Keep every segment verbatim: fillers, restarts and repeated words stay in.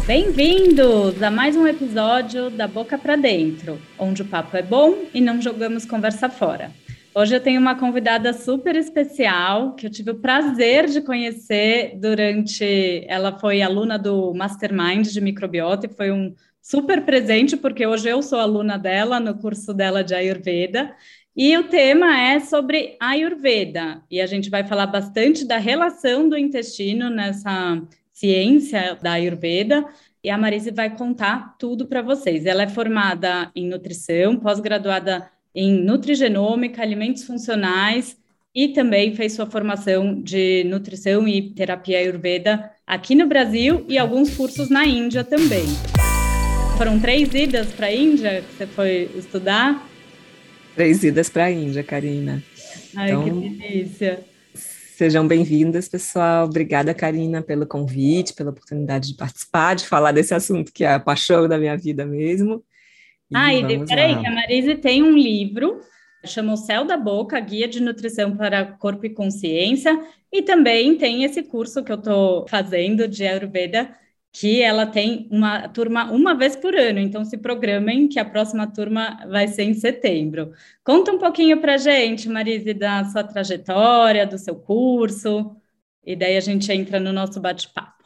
Bem-vindos a mais um episódio da Boca para Dentro, onde o papo é bom e não jogamos conversa fora. Hoje eu tenho uma convidada super especial, que eu tive o prazer de conhecer durante... Ela foi aluna do Mastermind de Microbiota e foi um super presente, porque hoje eu sou aluna dela no curso dela de Ayurveda. E o tema é sobre Ayurveda, e a gente vai falar bastante da relação do intestino nessa ciência da Ayurveda, e a Marise vai contar tudo para vocês. Ela é formada em nutrição, pós-graduada em nutrigenômica, alimentos funcionais, e também fez sua formação de nutrição e terapia Ayurveda aqui no Brasil e alguns cursos na Índia também. Foram três idas para a Índia que você foi estudar? Três idas para a Índia, Karina. Ai, então, que delícia. Sejam bem-vindas, pessoal. Obrigada, Karina, pelo convite, pela oportunidade de participar, de falar desse assunto que é a paixão da minha vida mesmo. E ah, e peraí, que a Marise tem um livro, chama O Céu da Boca, Guia de Nutrição para Corpo e Consciência, e também tem esse curso que eu estou fazendo de Ayurveda, que ela tem uma turma uma vez por ano, então se programem que a próxima turma vai ser em setembro. Conta um pouquinho para a gente, Marise, da sua trajetória, do seu curso, e daí a gente entra no nosso bate-papo.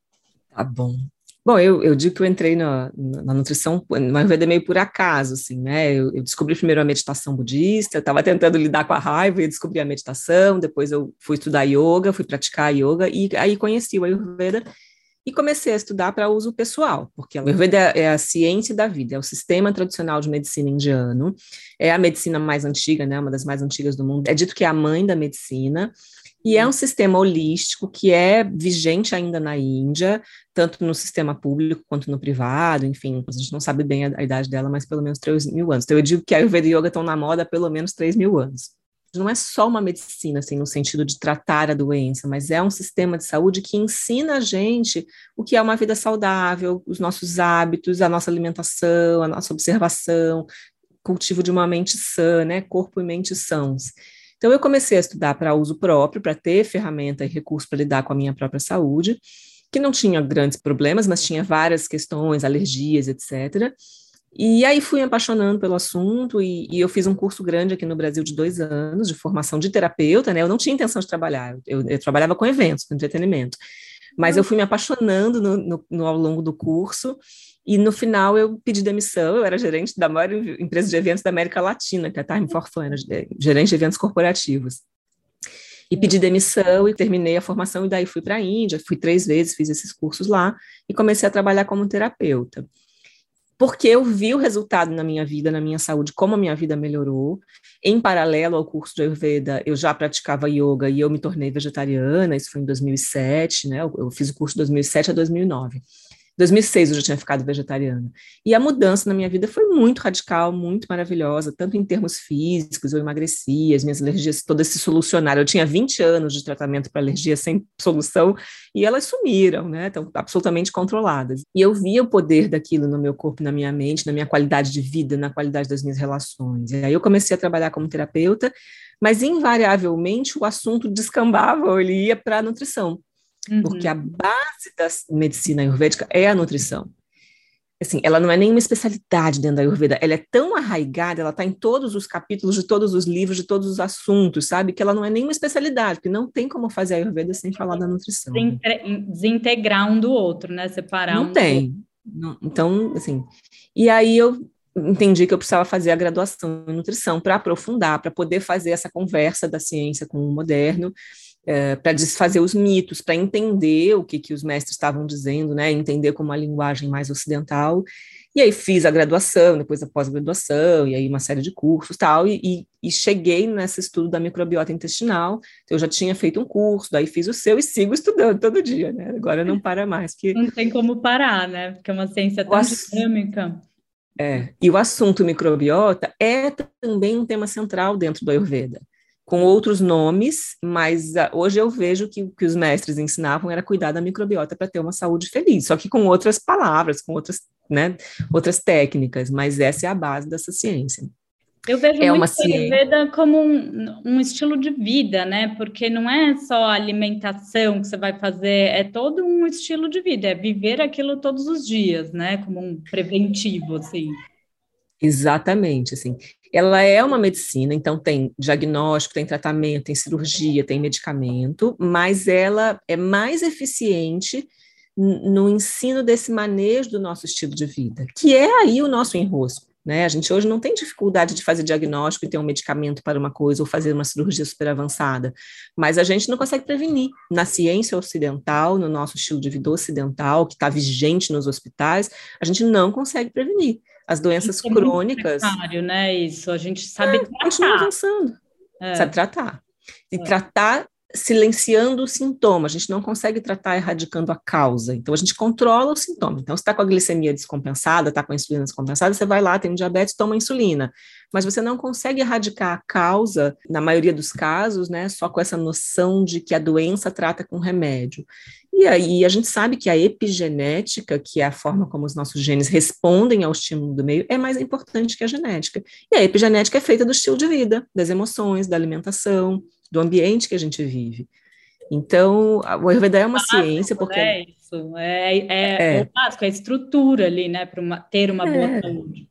Tá bom. Bom, eu, eu digo que eu entrei na, na nutrição, na Ayurveda meio por acaso, assim, né? Eu, eu descobri primeiro a meditação budista, eu estava tentando lidar com a raiva e descobri a meditação, depois eu fui estudar yoga, fui praticar yoga, e aí conheci o Ayurveda, e comecei a estudar para uso pessoal, porque a Ayurveda é a ciência da vida, é o sistema tradicional de medicina indiano, é a medicina mais antiga, né, uma das mais antigas do mundo, é dito que é a mãe da medicina, e é um sistema holístico que é vigente ainda na Índia, tanto no sistema público quanto no privado, enfim, a gente não sabe bem a, a idade dela, mas pelo menos três mil anos. Então eu digo que a Ayurveda e Yoga estão na moda há pelo menos três mil anos. Não é só uma medicina, assim, no sentido de tratar a doença, mas é um sistema de saúde que ensina a gente o que é uma vida saudável, os nossos hábitos, a nossa alimentação, a nossa observação, cultivo de uma mente sã, né, corpo e mente sãos. Então eu comecei a estudar para uso próprio, para ter ferramenta e recurso para lidar com a minha própria saúde, que não tinha grandes problemas, mas tinha várias questões, alergias, etcétera. E aí fui me apaixonando pelo assunto e, e eu fiz um curso grande aqui no Brasil de dois anos de formação de terapeuta, né? Eu não tinha intenção de trabalhar, eu, eu trabalhava com eventos, com entretenimento, mas eu fui me apaixonando no, no, no, ao longo do curso e no final eu pedi demissão. Eu era gerente da maior empresa de eventos da América Latina, que é a Time for Fun, gerente de eventos corporativos. E pedi demissão e terminei a formação e daí fui para a Índia, fui três vezes, fiz esses cursos lá e comecei a trabalhar como terapeuta. Porque eu vi o resultado na minha vida, na minha saúde, como a minha vida melhorou. Em paralelo ao curso de Ayurveda, eu já praticava yoga e eu me tornei vegetariana, isso foi em dois mil e sete, né? Eu, eu fiz o curso de dois mil e sete a dois mil e nove. Em dois mil e seis eu já tinha ficado vegetariana. E a mudança na minha vida foi muito radical, muito maravilhosa, tanto em termos físicos, eu emagreci, as minhas alergias todas se solucionaram. Eu tinha vinte anos de tratamento para alergia sem solução e elas sumiram, né? Estão absolutamente controladas. E eu via o poder daquilo no meu corpo, na minha mente, na minha qualidade de vida, na qualidade das minhas relações. E aí eu comecei a trabalhar como terapeuta, mas invariavelmente o assunto descambava, ele ia para a nutrição. Uhum. Porque a base da medicina ayurvédica é a nutrição. Assim, ela não é nenhuma especialidade dentro da Ayurveda, ela é tão arraigada, ela está em todos os capítulos de todos os livros, de todos os assuntos, sabe? Que ela não é nenhuma especialidade, porque não tem como fazer a Ayurveda sem falar da nutrição. Desintegrar um do outro, né? Separar não um tem. Não, então, assim, e aí eu entendi que eu precisava fazer a graduação em nutrição para aprofundar, para poder fazer essa conversa da ciência com o moderno, É, para desfazer os mitos, para entender o que, que os mestres estavam dizendo, né, entender como uma linguagem mais ocidental, e aí fiz a graduação, depois a pós-graduação, e aí uma série de cursos tal, e, e, e cheguei nesse estudo da microbiota intestinal. Eu já tinha feito um curso, daí fiz o seu e sigo estudando todo dia, né, agora não para mais. Porque não tem como parar, né, porque é uma ciência tão ass... dinâmica. É, e o assunto microbiota é também um tema central dentro do Ayurveda, com outros nomes, mas uh, hoje eu vejo que o que os mestres ensinavam era cuidar da microbiota para ter uma saúde feliz, só que com outras palavras, com outras, né, outras técnicas, mas essa é a base dessa ciência. Eu vejo É muito uma a ciência. Ayurveda como um, um estilo de vida, né? Porque não é só a alimentação que você vai fazer, é todo um estilo de vida, é viver aquilo todos os dias, né? Como um preventivo, assim. Exatamente, assim. Ela é uma medicina, então tem diagnóstico, tem tratamento, tem cirurgia, tem medicamento, mas ela é mais eficiente no ensino desse manejo do nosso estilo de vida, que é aí o nosso enrosco, né? A gente hoje não tem dificuldade de fazer diagnóstico e ter um medicamento para uma coisa ou fazer uma cirurgia super avançada, mas a gente não consegue prevenir. Na ciência ocidental, no nosso estilo de vida ocidental, que está vigente nos hospitais, a gente não consegue prevenir. As Isso doenças é muito crônicas precário, né? Isso, a gente sabe continuam tratar. avançando, sabe É, tratar. E é. tratar silenciando o sintoma, a gente não consegue tratar erradicando a causa, então a gente controla o sintoma. Então, se está com a glicemia descompensada, está com a insulina descompensada, você vai lá, tem um diabetes, toma insulina, mas você não consegue erradicar a causa, na maioria dos casos, né, só com essa noção de que a doença trata com remédio. E aí a gente sabe que a epigenética, que é a forma como os nossos genes respondem ao estímulo do meio, é mais importante que a genética. E a epigenética é feita do estilo de vida, das emoções, da alimentação, do ambiente que a gente vive. Então, o Ayurveda é uma ciência Básico, porque né? Isso é, é, é o é, básico, é a estrutura ali, né? Para ter uma boa é, saúde.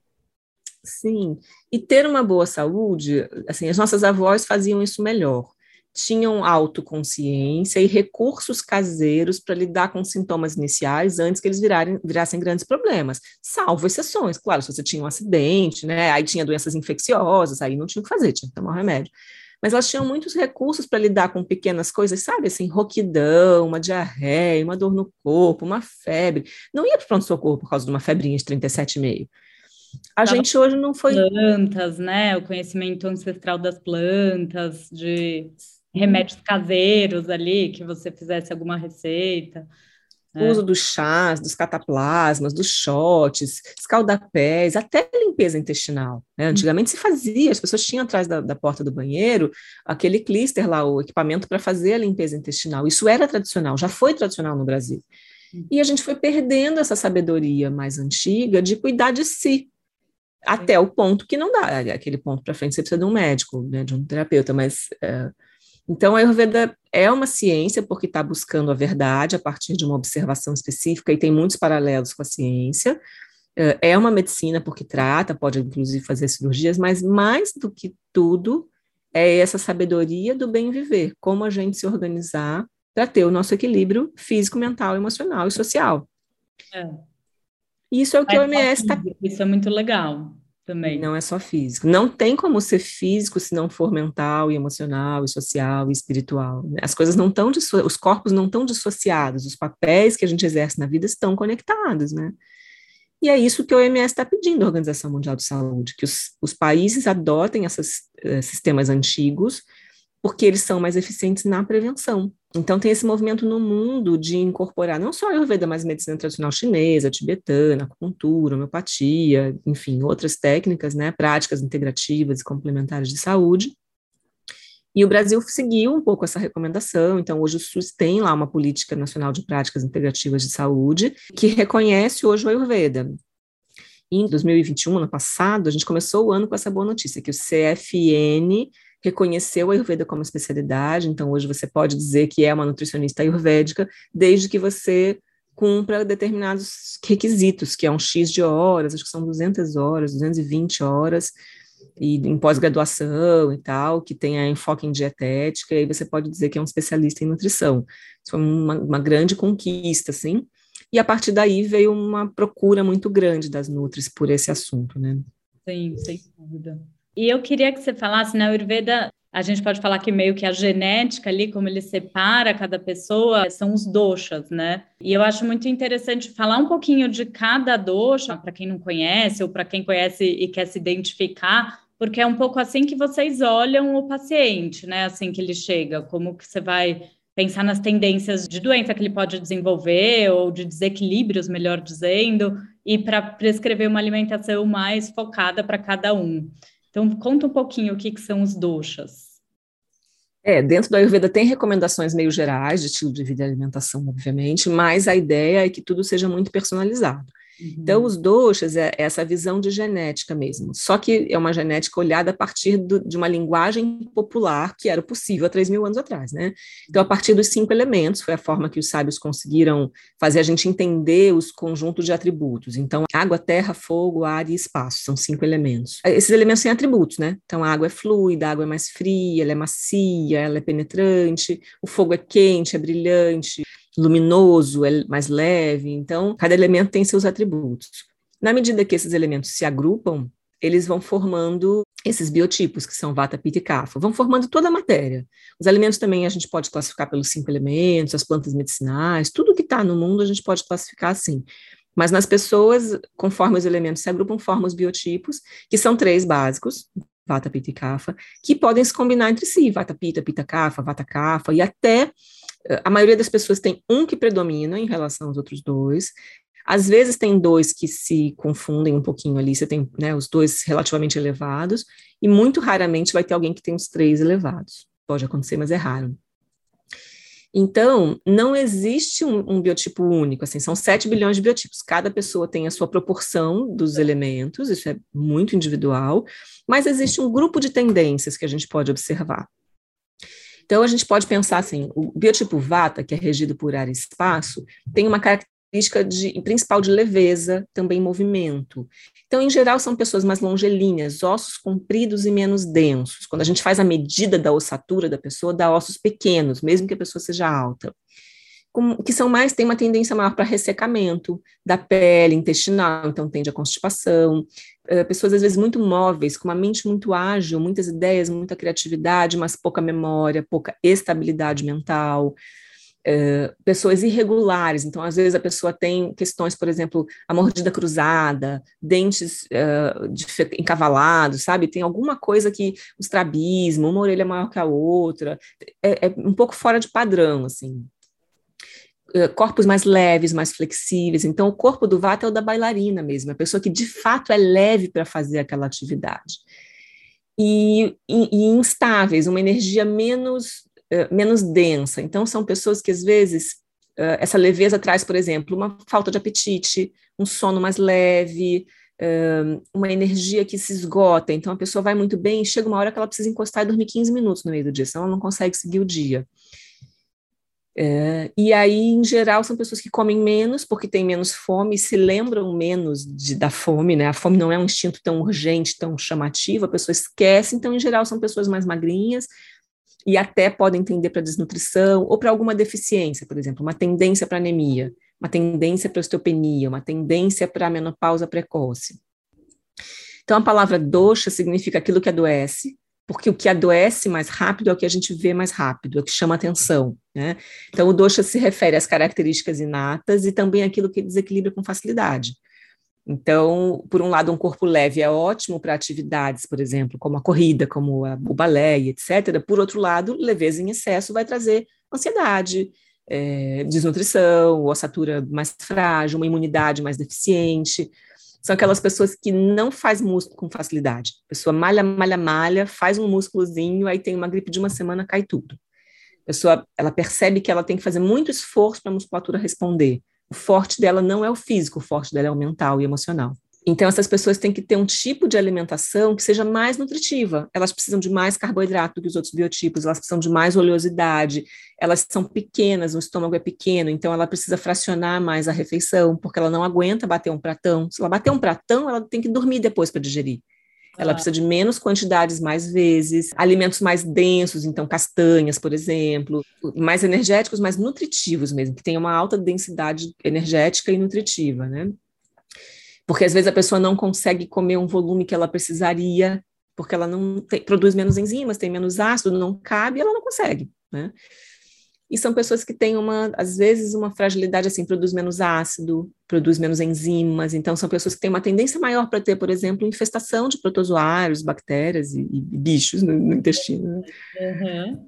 sim. E ter uma boa saúde, assim, as nossas avós faziam isso melhor. Tinham autoconsciência e recursos caseiros para lidar com sintomas iniciais antes que eles virarem, virassem grandes problemas, salvo exceções. Claro, se você tinha um acidente, né, aí tinha doenças infecciosas, aí não tinha o que fazer, tinha que tomar um remédio. Mas elas tinham muitos recursos para lidar com pequenas coisas, sabe, assim, rouquidão, uma diarreia, uma dor no corpo, uma febre. Não ia para o pronto-socorro por causa de uma febrinha de trinta e sete e meio. A Usava gente hoje não foi. plantas, né? O conhecimento ancestral das plantas, de remédios caseiros ali, que você fizesse alguma receita, O né? uso dos chás, dos cataplasmas, dos shots, escaldapés, até limpeza intestinal, né? Antigamente se fazia, as pessoas tinham atrás da, da porta do banheiro aquele clister lá, o equipamento para fazer a limpeza intestinal. Isso era tradicional, já foi tradicional no Brasil. E a gente foi perdendo essa sabedoria mais antiga de cuidar de si, até o ponto que não dá. Aquele ponto para frente você precisa de um médico, né, de um terapeuta, mas é, então, a Ayurveda é uma ciência porque está buscando a verdade a partir de uma observação específica e tem muitos paralelos com a ciência. É uma medicina porque trata, pode inclusive fazer cirurgias, mas mais do que tudo é essa sabedoria do bem viver, como a gente se organizar para ter o nosso equilíbrio físico, mental, emocional e social. É. E isso é o que Mas a só O M S está. físico, isso é muito legal também. Não é só físico. Não tem como ser físico se não for mental e emocional e social e espiritual, né? As coisas não estão, os corpos não estão dissociados, os papéis que a gente exerce na vida estão conectados, né? E é isso que a O M S está pedindo à Organização Mundial de Saúde, que os, os países adotem esses uh, sistemas antigos, porque eles são mais eficientes na prevenção. Então, tem esse movimento no mundo de incorporar não só a Ayurveda, mas a medicina tradicional chinesa, tibetana, acupuntura, homeopatia, enfim, outras técnicas, né, práticas integrativas e complementares de saúde. E o Brasil seguiu um pouco essa recomendação, então hoje o SUS tem lá uma política nacional de práticas integrativas de saúde, que reconhece hoje o Ayurveda. Em dois mil e vinte e um, ano passado, a gente começou o ano com essa boa notícia, que o C F N reconheceu a Ayurveda como especialidade, então hoje você pode dizer que é uma nutricionista ayurvédica, desde que você cumpra determinados requisitos, que é um X de horas, acho que são duzentas horas, duzentas e vinte horas, e em pós-graduação e tal, que tenha enfoque em dietética, e aí você pode dizer que é um especialista em nutrição. Isso foi uma, uma grande conquista, assim, e a partir daí veio uma procura muito grande das nutris por esse assunto, né? Sim, sem dúvida. E eu queria que você falasse, na Ayurveda, a gente pode falar que meio que a genética ali, como ele separa cada pessoa, são os doshas, né? E eu acho muito interessante falar um pouquinho de cada dosha, para quem não conhece, ou para quem conhece e quer se identificar, porque é um pouco assim que vocês olham o paciente, né? Assim que ele chega, como que você vai pensar nas tendências de doença que ele pode desenvolver, ou de desequilíbrios, melhor dizendo, e para prescrever uma alimentação mais focada para cada um. Então, conta um pouquinho o que, que são os doshas. É, dentro da Ayurveda tem recomendações meio gerais de estilo de vida e alimentação, obviamente, mas a ideia é que tudo seja muito personalizado. Então, Uhum. os doshas é essa visão de genética mesmo, só que é uma genética olhada a partir do, de uma linguagem popular que era possível há três mil anos atrás, né? Então, a partir dos cinco elementos, foi a forma que os sábios conseguiram fazer a gente entender os conjuntos de atributos. Então, água, terra, fogo, ar e espaço, são cinco elementos. Esses elementos têm atributos, né? Então, a água é fluida, a água é mais fria, ela é macia, ela é penetrante, o fogo é quente, é brilhante, luminoso, é mais leve, então cada elemento tem seus atributos. Na medida que esses elementos se agrupam, eles vão formando esses biotipos, que são Vata, Pitta e Kapha, vão formando toda a matéria. Os alimentos também a gente pode classificar pelos cinco elementos, as plantas medicinais, tudo que está no mundo a gente pode classificar assim. Mas nas pessoas, conforme os elementos se agrupam, formam os biotipos, que são três básicos, Vata, Pitta e Kapha, que podem se combinar entre si, Vata, Pitta, Pitta, Kapha, Vata, Kapha, e até a maioria das pessoas tem um que predomina em relação aos outros dois. Às vezes tem dois que se confundem um pouquinho ali, você tem, né, os dois relativamente elevados, e muito raramente vai ter alguém que tem os três elevados. Pode acontecer, mas é raro. Então, não existe um, um biotipo único, assim, são sete bilhões de biotipos, cada pessoa tem a sua proporção dos elementos, isso é muito individual, mas existe um grupo de tendências que a gente pode observar. Então, a gente pode pensar assim, o biotipo Vata, que é regido por ar e espaço, tem uma característica de, principal de leveza, também movimento. Então, em geral, são pessoas mais longelíneas, ossos compridos e menos densos. Quando a gente faz a medida da ossatura da pessoa, dá ossos pequenos, mesmo que a pessoa seja alta. Com, que são mais, tem uma tendência maior para ressecamento da pele, intestinal, então tende a constipação. Uh, pessoas, às vezes, muito móveis, com uma mente muito ágil, muitas ideias, muita criatividade, mas pouca memória, pouca estabilidade mental. Uh, pessoas irregulares, então, às vezes, a pessoa tem questões, por exemplo, a mordida cruzada, dentes uh, de, encavalados, sabe? Tem alguma coisa que, o estrabismo, uma orelha maior que a outra, é, é um pouco fora de padrão, assim. Corpos mais leves, mais flexíveis. Então, o corpo do Vata é o da bailarina mesmo, a pessoa que de fato é leve para fazer aquela atividade. E, e, e instáveis, uma energia menos, uh, menos densa. Então, são pessoas que às vezes uh, essa leveza traz, por exemplo, uma falta de apetite, um sono mais leve, uh, uma energia que se esgota. Então, a pessoa vai muito bem e chega uma hora que ela precisa encostar e dormir quinze minutos no meio do dia, senão ela não consegue seguir o dia. É, e aí, em geral, são pessoas que comem menos porque têm menos fome, se lembram menos de, da fome, né? A fome não é um instinto tão urgente, tão chamativo, a pessoa esquece, então, em geral, são pessoas mais magrinhas e até podem tender para desnutrição ou para alguma deficiência, por exemplo, uma tendência para anemia, uma tendência para osteopenia, uma tendência para menopausa precoce. Então, a palavra dosha significa aquilo que adoece, porque o que adoece mais rápido é o que a gente vê mais rápido, é o que chama atenção, né? Então, o dosha se refere às características inatas e também àquilo que desequilibra com facilidade. Então, por um lado, um corpo leve é ótimo para atividades, por exemplo, como a corrida, como a, o balé, etcétera. Por outro lado, leveza em excesso vai trazer ansiedade, é, desnutrição, ossatura mais frágil, uma imunidade mais deficiente. São aquelas pessoas que não faz músculo com facilidade. A pessoa malha, malha, malha, faz um músculozinho, aí tem uma gripe de uma semana, cai tudo. A pessoa, ela percebe que ela tem que fazer muito esforço para a musculatura responder. O forte dela não é o físico, o forte dela é o mental e emocional. Então, essas pessoas têm que ter um tipo de alimentação que seja mais nutritiva. Elas precisam de mais carboidrato do que os outros biotipos, elas precisam de mais oleosidade, elas são pequenas, o estômago é pequeno, então ela precisa fracionar mais a refeição, porque ela não aguenta bater um pratão. Se ela bater um pratão, ela tem que dormir depois para digerir. Ela precisa de menos quantidades mais vezes, alimentos mais densos, então castanhas, por exemplo, mais energéticos, mais nutritivos mesmo, que tenham uma alta densidade energética e nutritiva, né? Porque às vezes a pessoa não consegue comer um volume que ela precisaria, porque ela não tem, produz menos enzimas, tem menos ácido, não cabe, ela não consegue, né? E são pessoas que têm, uma, às vezes, uma fragilidade, assim, produz menos ácido, produz menos enzimas, então são pessoas que têm uma tendência maior para ter, por exemplo, infestação de protozoários, bactérias e, e bichos no, no intestino. Uhum.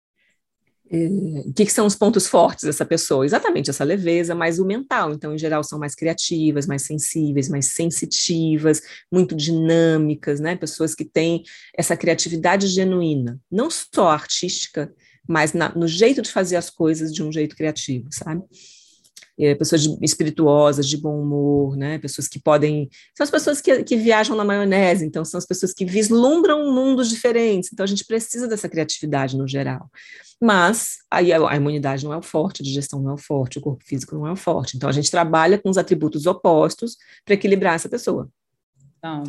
O que, que são os pontos fortes dessa pessoa? Exatamente essa leveza, mas o mental. Então, em geral, são mais criativas, mais sensíveis, mais sensitivas, muito dinâmicas, né? Pessoas que têm essa criatividade genuína, não só artística, mas na, no jeito de fazer as coisas de um jeito criativo, sabe? é, pessoas de, espirituosas, de bom humor, né? Pessoas que podem... São as pessoas que, que viajam na maionese, então são as pessoas que vislumbram mundos diferentes, então a gente precisa dessa criatividade no geral. Mas aí a, a imunidade não é o forte, a digestão não é o forte, o corpo físico não é o forte, então a gente trabalha com os atributos opostos para equilibrar essa pessoa. Então...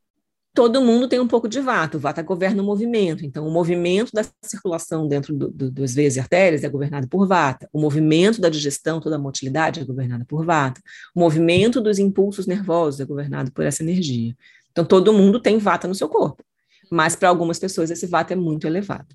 Todo mundo tem um pouco de vata, o vata governa o movimento, então o movimento da circulação dentro do, do, das veias e artérias é governado por vata, o movimento da digestão, toda a motilidade é governada por vata, o movimento dos impulsos nervosos é governado por essa energia. Então todo mundo tem vata no seu corpo, mas para algumas pessoas esse vata é muito elevado.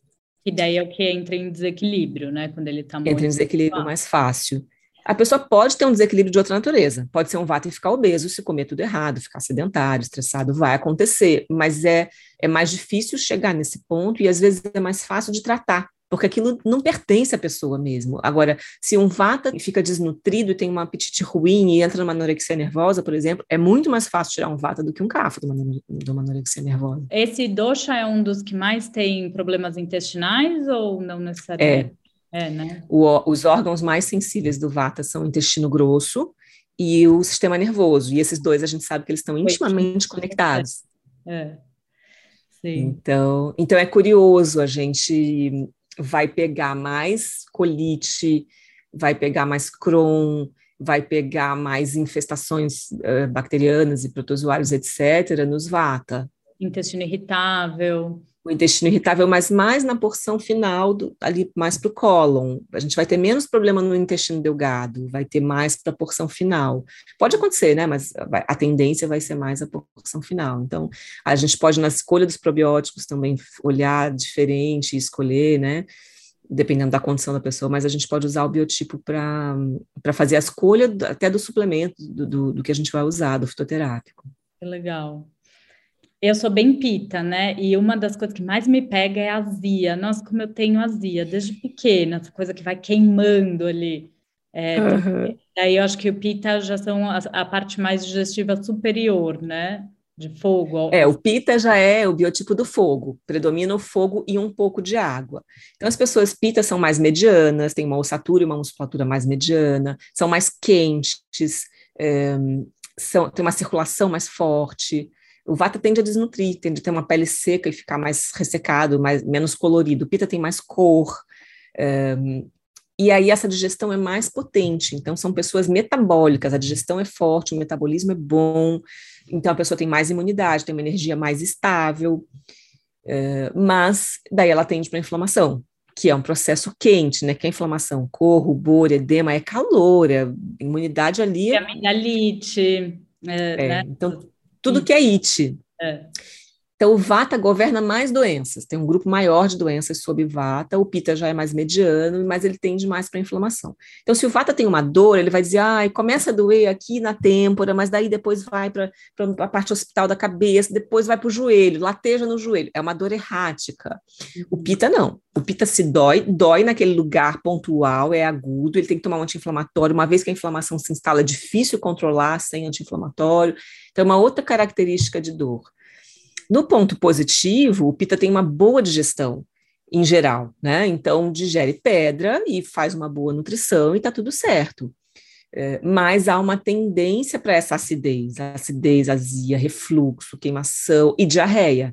E daí é o que entra em desequilíbrio, né? Quando ele está muito... Entra em desequilíbrio mais fácil. A pessoa pode ter um desequilíbrio de outra natureza, pode ser um vata e ficar obeso, se comer tudo errado, ficar sedentário, estressado, vai acontecer, mas é, é mais difícil chegar nesse ponto e às vezes é mais fácil de tratar, porque aquilo não pertence à pessoa mesmo. Agora, se um vata fica desnutrido e tem um apetite ruim e entra numa anorexia nervosa, por exemplo, é muito mais fácil tirar um vata do que um kapha de uma, de uma anorexia nervosa. Esse dosha é um dos que mais tem problemas intestinais ou não necessariamente? É. É, né? O, os órgãos mais sensíveis do vata são o intestino grosso e o sistema nervoso. E esses dois a gente sabe que eles estão intimamente conectados. É. Sim. Então, então é curioso, a gente vai pegar mais colite, vai pegar mais Crohn, vai pegar mais infestações uh, bacterianas e protozoários, etcétera, nos vata. Intestino irritável. O intestino irritável, mas mais na porção final, do, ali mais para o cólon. A gente vai ter menos problema no intestino delgado, vai ter mais para a porção final. Pode acontecer, né? Mas a tendência vai ser mais a porção final. Então, a gente pode, na escolha dos probióticos, também olhar diferente e escolher, né? Dependendo da condição da pessoa, mas a gente pode usar o biotipo para fazer a escolha até do suplemento, do, do, do que a gente vai usar, do fitoterápico. Que legal. Eu sou bem pita, né? E uma das coisas que mais me pega é a azia. Nossa, como eu tenho azia desde pequena, essa coisa que vai queimando ali. É, Uhum. Daí eu acho que o pita já são a, a parte mais digestiva superior, né? De fogo. É, o pita já é o biotipo do fogo, predomina o fogo e um pouco de água. Então, as pessoas pita são mais medianas, têm uma ossatura e uma musculatura mais mediana, são mais quentes, é, são, tem uma circulação mais forte. O vata tende a desnutrir, tende a ter uma pele seca e ficar mais ressecado, mais, menos colorido. O pita tem mais cor. Um, e aí essa digestão é mais potente. Então, são pessoas metabólicas. A digestão é forte, o metabolismo é bom. Então, a pessoa tem mais imunidade, tem uma energia mais estável. Uh, mas, daí ela tende para a inflamação, que é um processo quente, né? Que é a inflamação, cor, rubor, edema, é calor, é imunidade ali. É amidalite. É, é, né? Então, tudo que é it. É. Então, o vata governa mais doenças, tem um grupo maior de doenças sob vata, o pita já é mais mediano, mas ele tende mais para inflamação. Então, se o vata tem uma dor, ele vai dizer, ah, começa a doer aqui na têmpora, mas daí depois vai para a parte hospital da cabeça, depois vai para o joelho, lateja no joelho, é uma dor errática. O pita não, o pita se dói, dói naquele lugar pontual, é agudo, ele tem que tomar um anti-inflamatório, uma vez que a inflamação se instala, é difícil controlar sem anti-inflamatório, então é uma outra característica de dor. No ponto positivo, o pita tem uma boa digestão, em geral, né? Então, digere pedra e faz uma boa nutrição e tá tudo certo. É, mas há uma tendência para essa acidez, acidez, azia, refluxo, queimação e diarreia.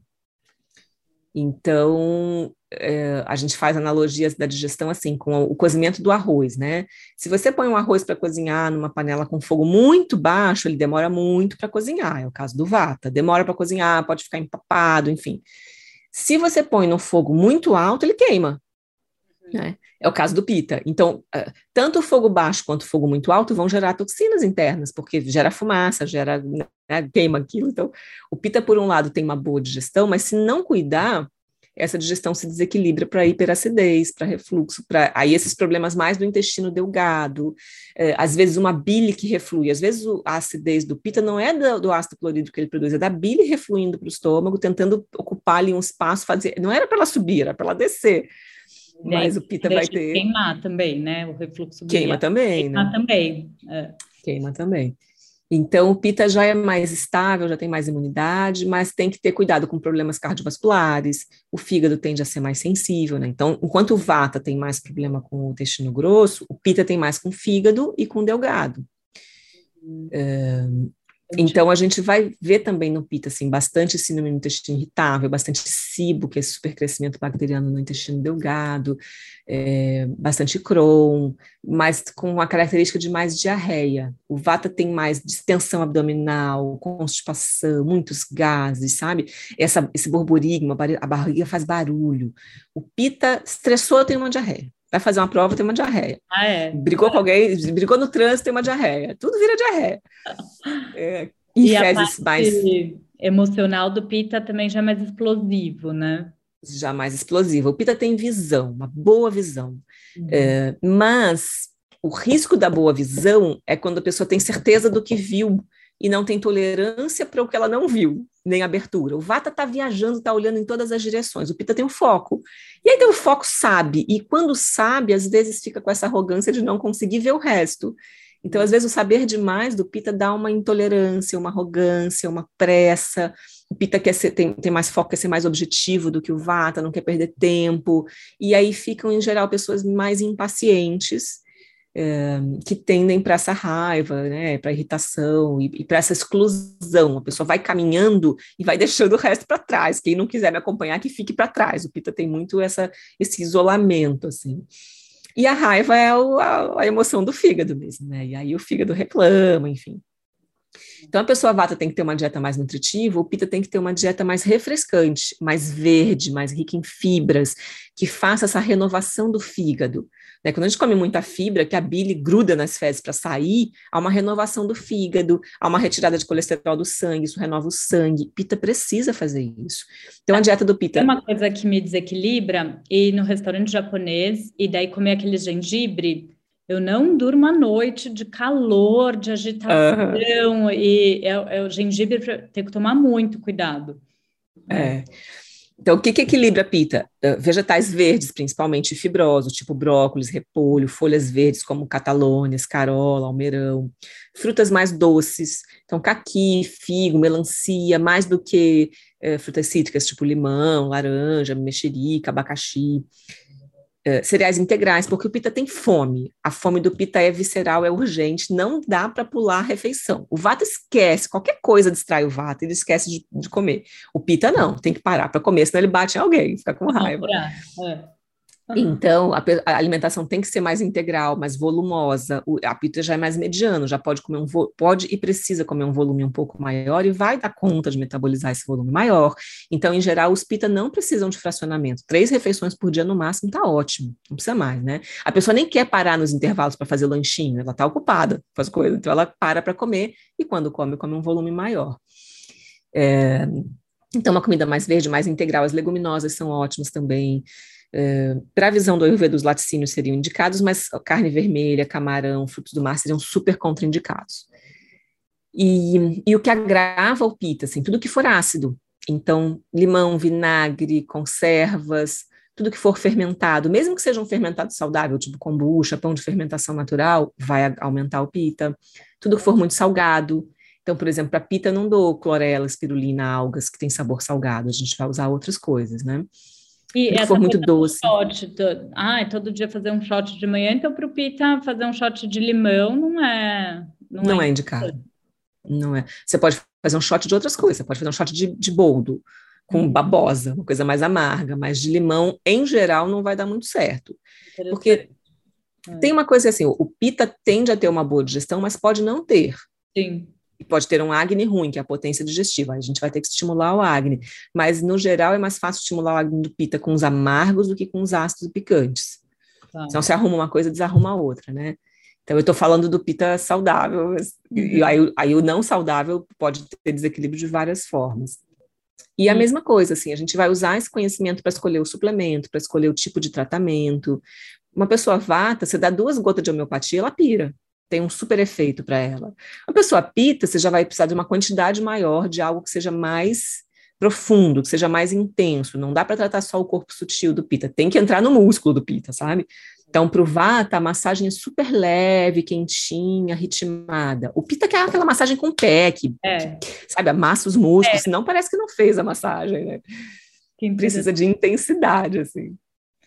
Então, é, a gente faz analogias da digestão assim, com o cozimento do arroz, né? Se você põe um arroz para cozinhar numa panela com fogo muito baixo, ele demora muito para cozinhar, é o caso do vata, demora para cozinhar, pode ficar empapado, enfim. Se você põe no fogo muito alto, ele queima, né? É o caso do pita. Então, tanto o fogo baixo quanto o fogo muito alto vão gerar toxinas internas, porque gera fumaça, gera, né, queima aquilo. Então, o pita, por um lado, tem uma boa digestão, mas se não cuidar, essa digestão se desequilibra para hiperacidez, para refluxo, para aí esses problemas mais do intestino delgado, é, às vezes uma bile que reflui, às vezes a acidez do pita não é do, do ácido clorídrico que ele produz, é da bile refluindo para o estômago, tentando ocupar ali um espaço, fazer, não era para ela subir, era para ela descer. Mas o pita vai ter... Queimar também, né? O refluxo Queima biliar. também, Queima né? também. É. Queima também. Então, o Pitta já é mais estável, já tem mais imunidade, mas tem que ter cuidado com problemas cardiovasculares, o fígado tende a ser mais sensível, né? Então, enquanto o Vata tem mais problema com o intestino grosso, o Pitta tem mais com o fígado e com o delgado. Hum. É, então, a gente vai ver também no Pitta, assim, bastante síndrome do intestino irritável, bastante SIBO, que é esse supercrescimento bacteriano no intestino delgado, é, bastante Crohn, mas com a característica de mais diarreia. O Vata tem mais distensão abdominal, constipação, muitos gases, sabe? Essa, esse borborigma, a barriga faz barulho. O Pitta estressou, tem uma diarreia. Vai fazer uma prova, tem uma diarreia. Ah, é? Brigou com alguém, brigou no trânsito, tem uma diarreia. Tudo vira diarreia. É, e a parte mais emocional do Pitta também já é mais explosivo, né? Já mais explosivo. O Pitta tem visão, uma boa visão. Uhum. É, mas o risco da boa visão é quando a pessoa tem certeza do que viu e não tem tolerância para o que ela não viu, nem abertura. O Vata está viajando, está olhando em todas as direções. O Pitta tem um foco. E aí tem o foco sabe. E quando sabe, às vezes fica com essa arrogância de não conseguir ver o resto. Então, às vezes, o saber demais do Pitta dá uma intolerância, uma arrogância, uma pressa. O Pitta quer ser, tem, tem mais foco, quer ser mais objetivo do que o Vata, não quer perder tempo. E aí ficam, em geral, pessoas mais impacientes, é, que tendem para essa raiva, né, para irritação e, e para essa exclusão. A pessoa vai caminhando e vai deixando o resto para trás. Quem não quiser me acompanhar, que fique para trás. O Pitta tem muito essa, esse isolamento, assim. E a raiva é o, a, a emoção do fígado mesmo, né? E aí o fígado reclama, enfim. Então a pessoa Vata tem que ter uma dieta mais nutritiva, o Pitta tem que ter uma dieta mais refrescante, mais verde, mais rica em fibras, que faça essa renovação do fígado. Né? Quando a gente come muita fibra, que a bile gruda nas fezes para sair, há uma renovação do fígado, há uma retirada de colesterol do sangue, isso renova o sangue. Pitta precisa fazer isso. Então a dieta do Pitta... É uma coisa que me desequilibra, ir no restaurante japonês e daí comer aquele gengibre, eu não durmo à noite de calor, de agitação, uhum. e é, é o gengibre, tem que tomar muito cuidado. É. é. Então, o que, que equilibra a Pitta? Uh, vegetais verdes, principalmente fibrosos, tipo brócolis, repolho, folhas verdes como catalônia, escarola, almeirão. Frutas mais doces, então caqui, figo, melancia, mais do que uh, frutas cítricas, tipo limão, laranja, mexerica, abacaxi. Uh, cereais integrais, porque o Pitta tem fome. A fome do Pitta é visceral, é urgente, não dá para pular a refeição. O Vata esquece, qualquer coisa distrai o Vata, ele esquece de, de comer. O Pitta não, tem que parar para comer, senão ele bate em alguém, fica com raiva. É, é. Uhum. Então, a, a alimentação tem que ser mais integral, mais volumosa. O, a Pitta já é mais mediano, já pode comer um vo, pode e precisa comer um volume um pouco maior e vai dar conta de metabolizar esse volume maior. Então, em geral, os Pitta não precisam de fracionamento. Três refeições por dia no máximo tá ótimo, não precisa mais, né? A pessoa nem quer parar nos intervalos para fazer lanchinho, ela tá ocupada com as coisas, então ela para para comer e quando come, come um volume maior. É, então, uma comida mais verde, mais integral, as leguminosas são ótimas também. Uh, para a visão do Ayurveda, os laticínios seriam indicados, mas carne vermelha, camarão, frutos do mar seriam super contraindicados. E, e o que agrava o Pitta, assim, tudo que for ácido, então limão, vinagre, conservas, tudo que for fermentado, mesmo que seja um fermentado saudável, tipo kombucha, pão de fermentação natural, vai aumentar o Pitta. Tudo que for muito salgado, então, por exemplo, para Pitta não dou clorela, espirulina, algas, que tem sabor salgado, a gente vai usar outras coisas, né? E se for muito doce. Shot, do, ah, todo dia fazer um shot de manhã, então para o Pitta fazer um shot de limão não é... Não, não é, é indicado. Não é. Você pode fazer um shot de outras coisas, você pode fazer um shot de, de boldo, com hum. babosa, uma coisa mais amarga, mas de limão, em geral, não vai dar muito certo. Porque é. tem uma coisa assim, o Pitta tende a ter uma boa digestão, mas pode não ter. Sim. E pode ter um Agni ruim, que é a potência digestiva. A gente vai ter que estimular o Agni. Mas, no geral, é mais fácil estimular o Agni do Pitta com os amargos do que com os ácidos e picantes. Tá. Então, se arruma uma coisa, desarruma a outra, né? Então, eu estou falando do Pitta saudável. Uhum. E aí, aí, o não saudável pode ter desequilíbrio de várias formas. E a mesma coisa, assim, a gente vai usar esse conhecimento para escolher o suplemento, para escolher o tipo de tratamento. Uma pessoa Vata, você dá duas gotas de homeopatia, ela pira. Tem um super efeito para ela. Uma pessoa Pitta, você já vai precisar de uma quantidade maior de algo que seja mais profundo, que seja mais intenso. Não dá para tratar só o corpo sutil do Pitta, tem que entrar no músculo do Pitta, sabe? Então, para o Vata, a massagem é super leve, quentinha, ritmada. O Pitta quer aquela massagem com o pé, que, É. que, sabe, amassa os músculos, É. senão parece que não fez a massagem, né? Precisa de intensidade, assim.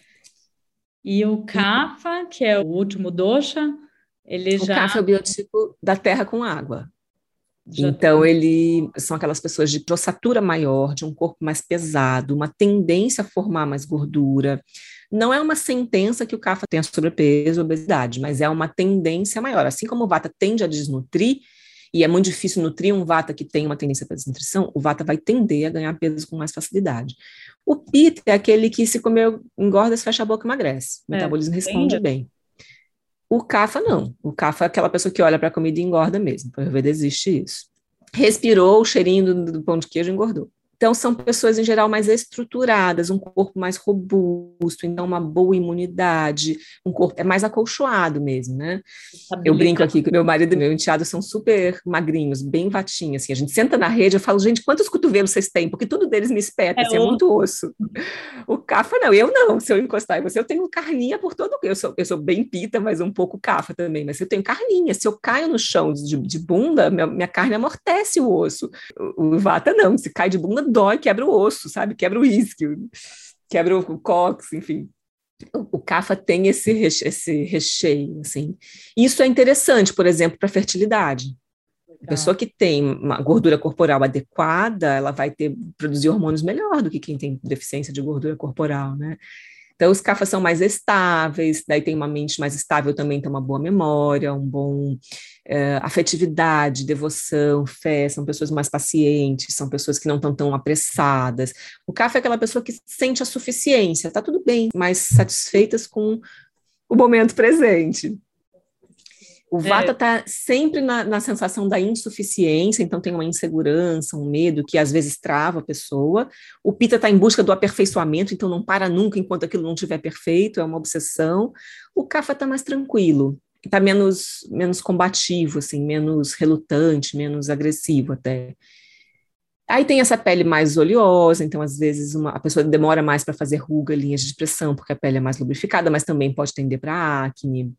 E o Kapha, que é o último dosha, ele o já... O Kapha é o biotipo da terra com água. Já então, tem... ele são aquelas pessoas de ossatura maior, de um corpo mais pesado, uma tendência a formar mais gordura. Não é uma sentença que o Kapha tenha sobrepeso, obesidade, mas é uma tendência maior. Assim como o Vata tende a desnutrir, e é muito difícil nutrir um Vata que tem uma tendência para desnutrição, o Vata vai tender a ganhar peso com mais facilidade. O Pitta é aquele que se comer, engorda, se fecha a boca e emagrece. O metabolismo é, responde bem. O Kapha não. O Kapha é aquela pessoa que olha para a comida e engorda mesmo. Por Ayurveda existe isso. Respirou o cheirinho do, do pão de queijo e engordou. Então, são pessoas, em geral, mais estruturadas, um corpo mais robusto, então uma boa imunidade, um corpo é mais acolchoado mesmo, né? Eu brinco aqui que meu marido e meu enteado são super magrinhos, bem vatinhos, assim. A gente senta na rede, eu falo, gente, quantos cotovelos vocês têm? Porque tudo deles me espeta, é, assim, é muito osso. O Kapha não, eu não, se eu encostar em você, eu tenho carninha por todo, eu sou, eu sou bem Pitta, mas um pouco Kapha também, mas eu tenho carninha, se eu caio no chão de, de bunda, minha, minha carne amortece o osso. O, o Vata não, se cai de bunda, dói, quebra o osso, sabe? Quebra o isquio, quebra o cóccix, enfim. O Kapha tem esse, reche- esse recheio, assim. Isso é interessante, por exemplo, para fertilidade. A pessoa que tem uma gordura corporal adequada, ela vai ter, produzir hormônios melhor do que quem tem deficiência de gordura corporal, né? Então, os Kaphas são mais estáveis, daí tem uma mente mais estável também, tem uma boa memória, um bom é, afetividade, devoção, fé, são pessoas mais pacientes, são pessoas que não estão tão apressadas. O Kapha é aquela pessoa que sente a suficiência, tá tudo bem, mas satisfeitas com o momento presente. O Vata está é. sempre na, na sensação da insuficiência, então tem uma insegurança, um medo que às vezes trava a pessoa. O Pitta está em busca do aperfeiçoamento, então não para nunca enquanto aquilo não estiver perfeito, é uma obsessão. O Kapha está mais tranquilo, está menos, menos combativo, assim, menos relutante, menos agressivo até. Aí tem essa pele mais oleosa, então às vezes uma, a pessoa demora mais para fazer ruga, linhas de expressão, porque a pele é mais lubrificada, mas também pode tender para acne.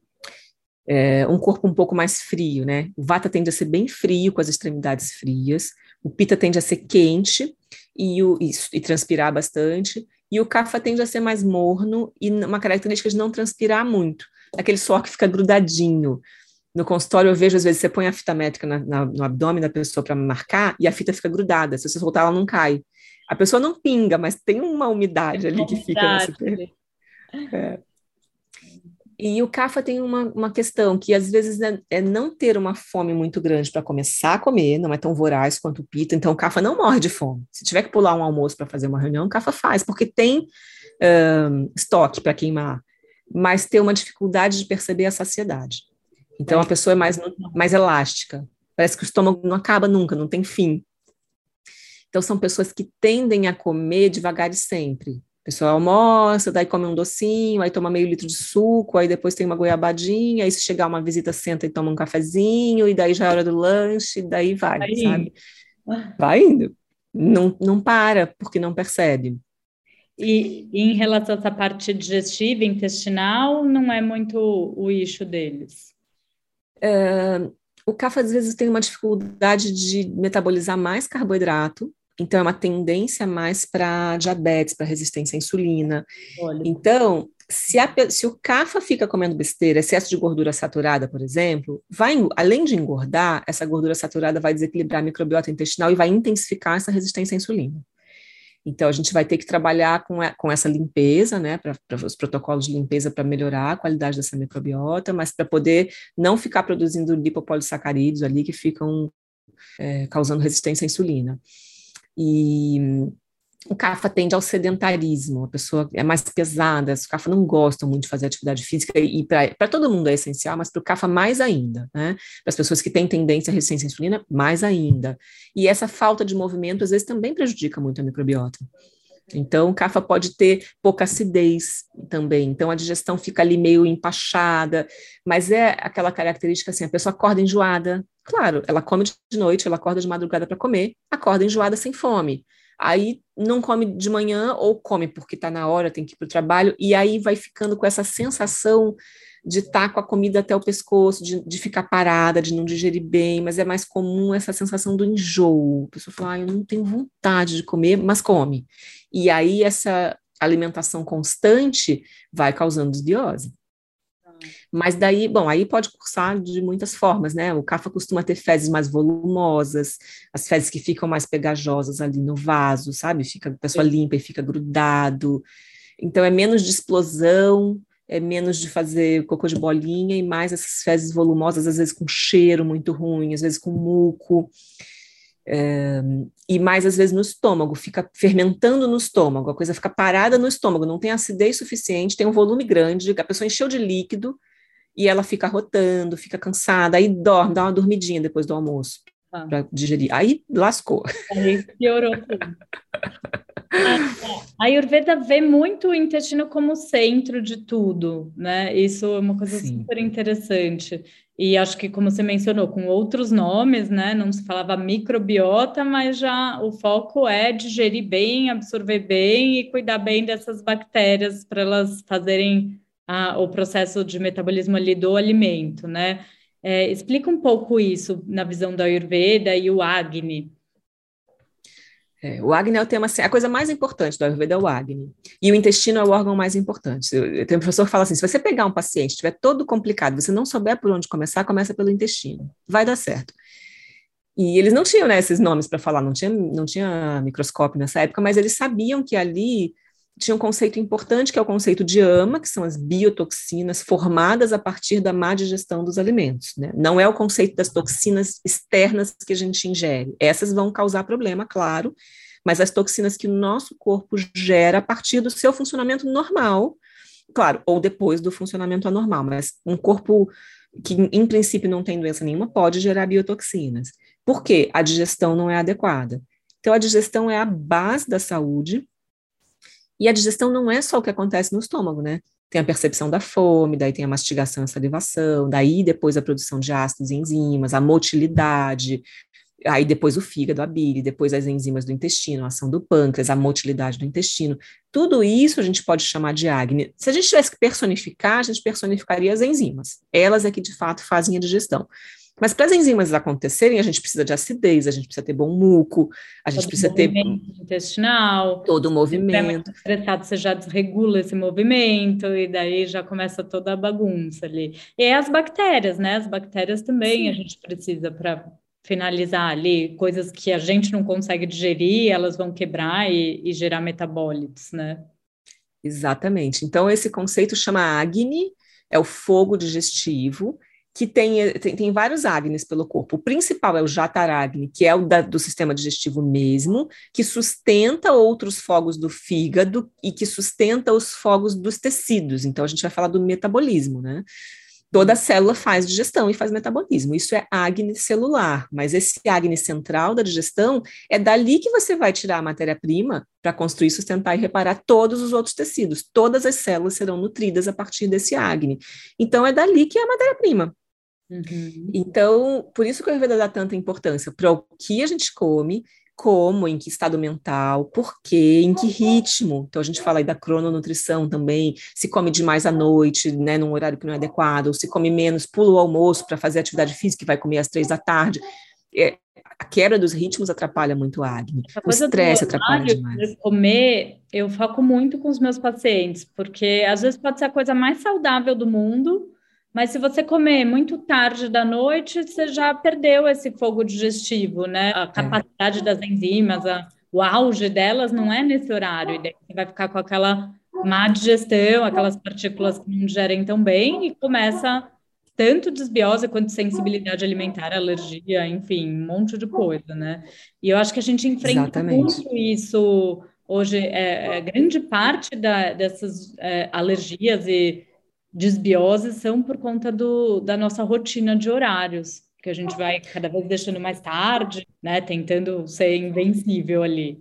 É, um corpo um pouco mais frio, né? O Vata tende a ser bem frio, com as extremidades frias, o Pitta tende a ser quente e, o, isso, e transpirar bastante, e o Kapha tende a ser mais morno e uma característica de não transpirar muito, aquele suor que fica grudadinho. No consultório eu vejo, às vezes, você põe a fita métrica na, na, no abdômen da pessoa para marcar e a fita fica grudada, se você soltar ela não cai. A pessoa não pinga, mas tem uma umidade ali que fica na super... É. E o Kapha tem uma, uma questão que às vezes é, é não ter uma fome muito grande para começar a comer, não é tão voraz quanto o Pitta, então o Kapha não morre de fome. Se tiver que pular um almoço para fazer uma reunião, o Kapha faz, porque tem um, estoque para queimar, mas tem uma dificuldade de perceber a saciedade. Então a pessoa é mais, mais elástica, parece que o estômago não acaba nunca, não tem fim. Então são pessoas que tendem a comer devagar e sempre. A pessoa almoça, daí come um docinho, aí toma meio litro de suco, aí depois tem uma goiabadinha, aí se chegar uma visita, senta e toma um cafezinho, e daí já é hora do lanche, daí vai, vai sabe? Indo. Vai indo. Não, não para, porque não percebe. E, e em relação a essa parte digestiva, intestinal, não é muito o issue deles? É, o Kapha, às vezes, tem uma dificuldade de metabolizar mais carboidrato, então é uma tendência mais para diabetes, para resistência à insulina. Olha. Então, se, a, se o Kapha fica comendo besteira, excesso de gordura saturada, por exemplo, vai, além de engordar, essa gordura saturada vai desequilibrar a microbiota intestinal e vai intensificar essa resistência à insulina. Então, a gente vai ter que trabalhar com, a, com essa limpeza, né, para os protocolos de limpeza para melhorar a qualidade dessa microbiota, mas para poder não ficar produzindo lipopolissacarídeos ali que ficam é, causando resistência à insulina. E o Kapha tende ao sedentarismo, a pessoa é mais pesada, os Kapha não gostam muito de fazer atividade física, e para todo mundo é essencial, mas para o Kapha mais ainda, né? Para as pessoas que têm tendência à resistência à insulina, mais ainda. E essa falta de movimento, às vezes, também prejudica muito a microbiota. Então, o Kapha pode ter pouca acidez também, então a digestão fica ali meio empachada, mas é aquela característica assim, a pessoa acorda enjoada, claro, ela come de noite, ela acorda de madrugada para comer, acorda enjoada sem fome, aí não come de manhã ou come porque está na hora, tem que ir para o trabalho, e aí vai ficando com essa sensação de estar com a comida até o pescoço, de, de ficar parada, de não digerir bem, mas é mais comum essa sensação do enjoo. A pessoa fala, ah, eu não tenho vontade de comer, mas come. E aí essa alimentação constante vai causando desbiose. Mas daí, bom, aí pode cursar de muitas formas, né? O CAFA costuma ter fezes mais volumosas, as fezes que ficam mais pegajosas ali no vaso, sabe? Fica, a pessoa limpa e fica grudado. Então é menos de explosão, é menos de fazer cocô de bolinha e mais essas fezes volumosas, às vezes com cheiro muito ruim, às vezes com muco. É, e mais às vezes no estômago, fica fermentando no estômago, a coisa fica parada no estômago, não tem acidez suficiente, tem um volume grande, a pessoa encheu de líquido e ela fica rotando, fica cansada, aí dorme, dá uma dormidinha depois do almoço ah. para digerir, aí lascou. Aí piorou tudo. A Ayurveda vê muito o intestino como centro de tudo, né? Isso é uma coisa Sim. super interessante. E acho que, como você mencionou, com outros nomes, né? Não se falava microbiota, mas já o foco é digerir bem, absorver bem e cuidar bem dessas bactérias para elas fazerem ah, o processo de metabolismo ali do alimento, né? É, explica um pouco isso na visão da Ayurveda e o Agni. É, o Agni é o tema, a coisa mais importante do Ayurveda é o Agni, e o intestino é o órgão mais importante. Eu, eu tenho um professor que fala assim, se você pegar um paciente, estiver todo complicado, você não souber por onde começar, começa pelo intestino, vai dar certo. E eles não tinham, né, esses nomes para falar, não tinha, não tinha microscópio nessa época, mas eles sabiam que ali tinha um conceito importante, que é o conceito de ama, que são as biotoxinas formadas a partir da má digestão dos alimentos, né? Não é o conceito das toxinas externas que a gente ingere. Essas vão causar problema, claro, mas as toxinas que o nosso corpo gera a partir do seu funcionamento normal, claro, ou depois do funcionamento anormal, mas um corpo que, em princípio, não tem doença nenhuma, pode gerar biotoxinas. Por quê? A digestão não é adequada. Então, a digestão é a base da saúde. E a digestão não é só o que acontece no estômago, né? Tem a percepção da fome, daí tem a mastigação e a salivação, daí depois a produção de ácidos e enzimas, a motilidade, aí depois o fígado, a bile, depois as enzimas do intestino, a ação do pâncreas, a motilidade do intestino. Tudo isso a gente pode chamar de Agni. Se a gente tivesse que personificar, a gente personificaria as enzimas. Elas é que de fato fazem a digestão. Mas para as enzimas acontecerem, a gente precisa de acidez, a gente precisa ter bom muco, a gente todo precisa ter intestinal, todo o movimento. Se estressado, você já desregula esse movimento e daí já começa toda a bagunça ali. E as bactérias, né? As bactérias também Sim. a gente precisa para finalizar ali, coisas que a gente não consegue digerir, elas vão quebrar e, e gerar metabólitos, né? Exatamente. Então, esse conceito chama Agni, é o fogo digestivo, que tem, tem, tem vários Agnis pelo corpo. O principal é o Jataragni, que é o da, do sistema digestivo mesmo, que sustenta outros fogos do fígado e que sustenta os fogos dos tecidos. Então, a gente vai falar do metabolismo, né? Toda célula faz digestão e faz metabolismo. Isso é Agni celular, mas esse Agni central da digestão é dali que você vai tirar a matéria-prima para construir, sustentar e reparar todos os outros tecidos. Todas as células serão nutridas a partir desse Agni. Então, é dali que é a matéria-prima. Uhum. Então, por isso que o Ayurveda dá tanta importância para o que a gente come, como, em que estado mental, por quê, em que ritmo. Então, a gente fala aí da crononutrição também, se come demais à noite, né, num horário que não é adequado, ou se come menos, pula o almoço para fazer atividade física e vai comer às três da tarde. É, a quebra dos ritmos atrapalha muito a Agni. O estresse atrapalha demais. De comer, eu foco muito com os meus pacientes, porque às vezes pode ser a coisa mais saudável do mundo, mas se você comer muito tarde da noite, você já perdeu esse fogo digestivo, né? A capacidade é. das enzimas, a, o auge delas não é nesse horário. E daí você vai ficar com aquela má digestão, aquelas partículas que não digerem tão bem e começa tanto desbiose quanto sensibilidade alimentar, alergia, enfim, um monte de coisa, né? E eu acho que a gente enfrenta Exatamente. muito isso hoje. É, é, grande parte da, dessas é, alergias e desbioses são por conta do, da nossa rotina de horários, que a gente vai cada vez deixando mais tarde, né, tentando ser invencível ali.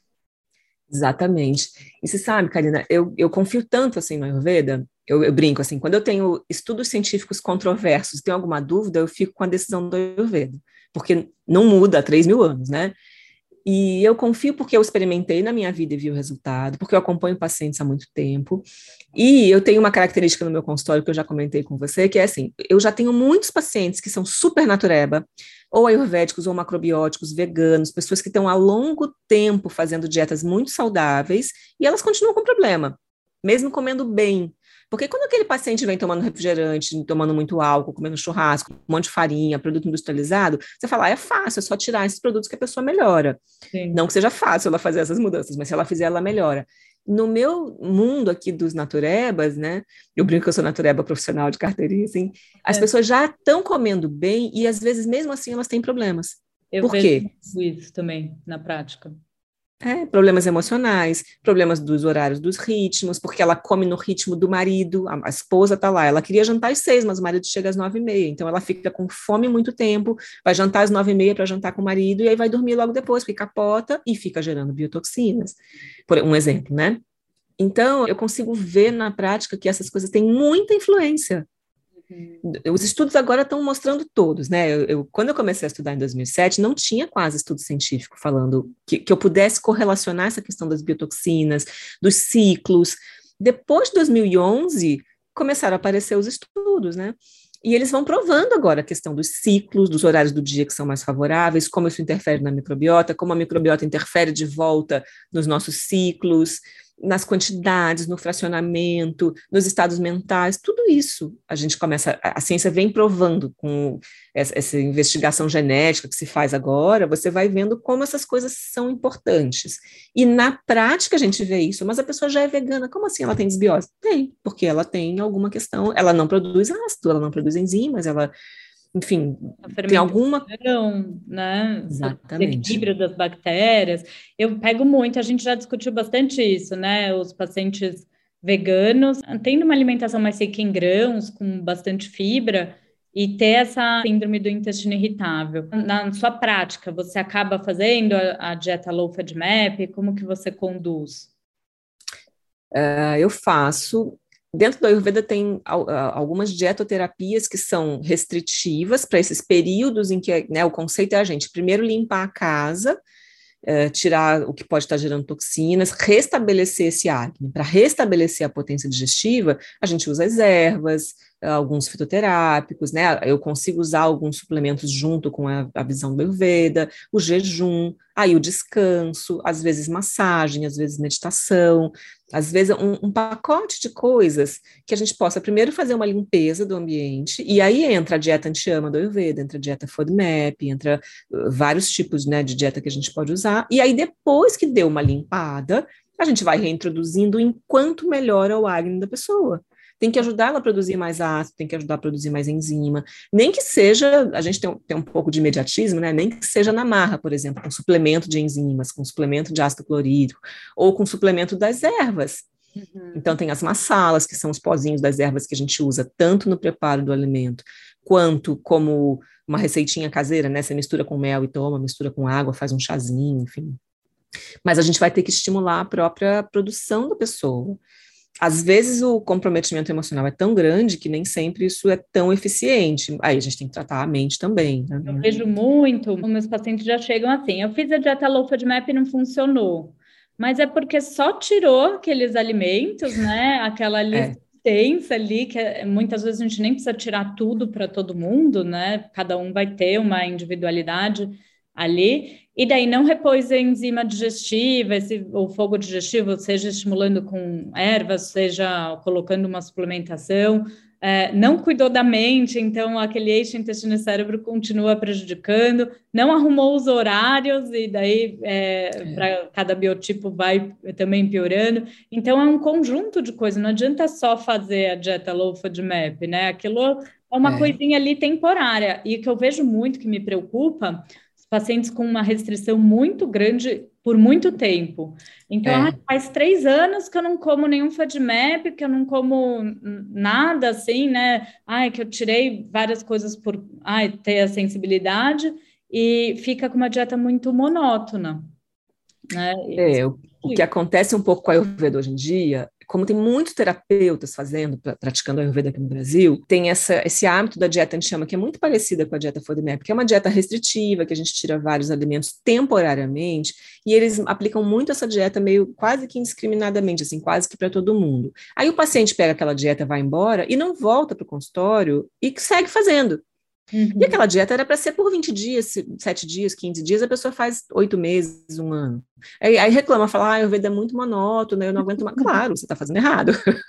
Exatamente. E você sabe, Karina, eu, eu confio tanto assim no Ayurveda, eu, eu brinco assim, quando eu tenho estudos científicos controversos, tenho alguma dúvida, eu fico com a decisão do Ayurveda, porque não muda há três mil anos, né? E eu confio porque eu experimentei na minha vida e vi o resultado, porque eu acompanho pacientes há muito tempo. E eu tenho uma característica no meu consultório que eu já comentei com você, que é assim, eu já tenho muitos pacientes que são super natureba, ou ayurvédicos, ou macrobióticos, veganos, pessoas que estão há longo tempo fazendo dietas muito saudáveis, e elas continuam com problema, mesmo comendo bem. Porque quando aquele paciente vem tomando refrigerante, tomando muito álcool, comendo churrasco, um monte de farinha, produto industrializado, você fala, ah, é fácil, é só tirar esses produtos que a pessoa melhora. Sim. Não que seja fácil ela fazer essas mudanças, mas se ela fizer, ela melhora. No meu mundo aqui dos naturebas, né, eu brinco que eu sou natureba profissional de carteirinha, assim, as É. pessoas já estão comendo bem e às vezes mesmo assim elas têm problemas. Eu Por vejo quê? isso também na prática. É, problemas emocionais, problemas dos horários, dos ritmos, porque ela come no ritmo do marido, a, a esposa está lá, ela queria jantar às seis, mas o marido chega às nove e meia, então ela fica com fome muito tempo, vai jantar às nove e meia para jantar com o marido, e aí vai dormir logo depois, porque capota e fica gerando biotoxinas, por um exemplo, né? Então, eu consigo ver na prática que essas coisas têm muita influência. Os estudos agora estão mostrando todos, né? Eu, eu, quando eu comecei a estudar em dois mil e sete, não tinha quase estudo científico falando que, que eu pudesse correlacionar essa questão das biotoxinas, dos ciclos. Depois de dois mil e onze, começaram a aparecer os estudos, né? E eles vão provando agora a questão dos ciclos, dos horários do dia que são mais favoráveis, como isso interfere na microbiota, como a microbiota interfere de volta nos nossos ciclos, nas quantidades, no fracionamento, nos estados mentais, tudo isso a gente começa, a ciência vem provando com essa, essa investigação genética que se faz agora, você vai vendo como essas coisas são importantes. E na prática a gente vê isso, mas a pessoa já é vegana, como assim ela tem desbiose? Tem, porque ela tem alguma questão, ela não produz ácido, ela não produz enzimas, ela, enfim, tem alguma... né? Exatamente. O equilíbrio das bactérias. Eu pego muito, a gente já discutiu bastante isso, né? Os pacientes veganos, tendo uma alimentação mais rica em grãos, com bastante fibra, e ter essa síndrome do intestino irritável. Na sua prática, você acaba fazendo a, a dieta low FODMAP? Como que você conduz? Uh, eu faço... Dentro do Ayurveda tem algumas dietoterapias que são restritivas para esses períodos em que, né, o conceito é a gente primeiro limpar a casa, uh, tirar o que pode estar gerando toxinas, restabelecer esse acne. Para restabelecer a potência digestiva, a gente usa as ervas, alguns fitoterápicos, né? Eu consigo usar alguns suplementos junto com a, a visão do Ayurveda, o jejum, aí o descanso, às vezes massagem, às vezes meditação, às vezes um, um pacote de coisas que a gente possa primeiro fazer uma limpeza do ambiente, e aí entra a dieta anti-ama do Ayurveda, entra a dieta FODMAP, entra uh, vários tipos, né, de dieta que a gente pode usar, e aí depois que deu uma limpada, a gente vai reintroduzindo enquanto melhora o acne da pessoa. Tem que ajudar ela a produzir mais ácido, tem que ajudar a produzir mais enzima, nem que seja, a gente tem um, tem um pouco de imediatismo, né? Nem que seja na marra, por exemplo, com suplemento de enzimas, com suplemento de ácido clorídrico, ou com suplemento das ervas. Uhum. Então tem as massalas, que são os pozinhos das ervas que a gente usa tanto no preparo do alimento, quanto como uma receitinha caseira, né? Você mistura com mel e toma, mistura com água, faz um chazinho, enfim. Mas a gente vai ter que estimular a própria produção da pessoa. Às vezes o comprometimento emocional é tão grande que nem sempre isso é tão eficiente. Aí a gente tem que tratar a mente também, né? Eu vejo muito, meus pacientes já chegam assim, eu fiz a dieta low FODMAP e não funcionou, mas é porque só tirou aqueles alimentos, né? Aquela lista é. extensa ali, que é, muitas vezes a gente nem precisa tirar tudo para todo mundo, né? Cada um vai ter uma individualidade ali, e daí não repôs a enzima digestiva, esse, o fogo digestivo, seja estimulando com ervas, seja colocando uma suplementação, é, não cuidou da mente, então aquele eixo intestino e cérebro continua prejudicando, não arrumou os horários, e daí é, é. para cada biotipo vai também piorando, então é um conjunto de coisas, não adianta só fazer a dieta low FODMAP, né, aquilo é uma é. coisinha ali temporária, e o que eu vejo muito que me preocupa, pacientes com uma restrição muito grande por muito tempo. Então, é. ah, faz três anos que eu não como nenhum FODMAP, que eu não como nada assim, né? Ai, que eu tirei várias coisas por ai, ter a sensibilidade e fica com uma dieta muito monótona. Né? É, o, o que acontece um pouco com a Ayurveda hoje em dia, como tem muitos terapeutas fazendo, pra, praticando Ayurveda aqui no Brasil, tem essa, esse hábito da dieta, a gente chama, que é muito parecida com a dieta FODMAP, que é uma dieta restritiva, que a gente tira vários alimentos temporariamente, e eles aplicam muito essa dieta meio quase que indiscriminadamente, assim, quase que para todo mundo. Aí o paciente pega aquela dieta, vai embora e não volta para o consultório e segue fazendo. Uhum. E aquela dieta era para ser por vinte dias, sete dias, quinze dias, a pessoa faz oito meses, um ano. Aí, aí reclama, fala, ah, a Ayurveda é muito monótono, eu não aguento mais. Claro, você está fazendo errado.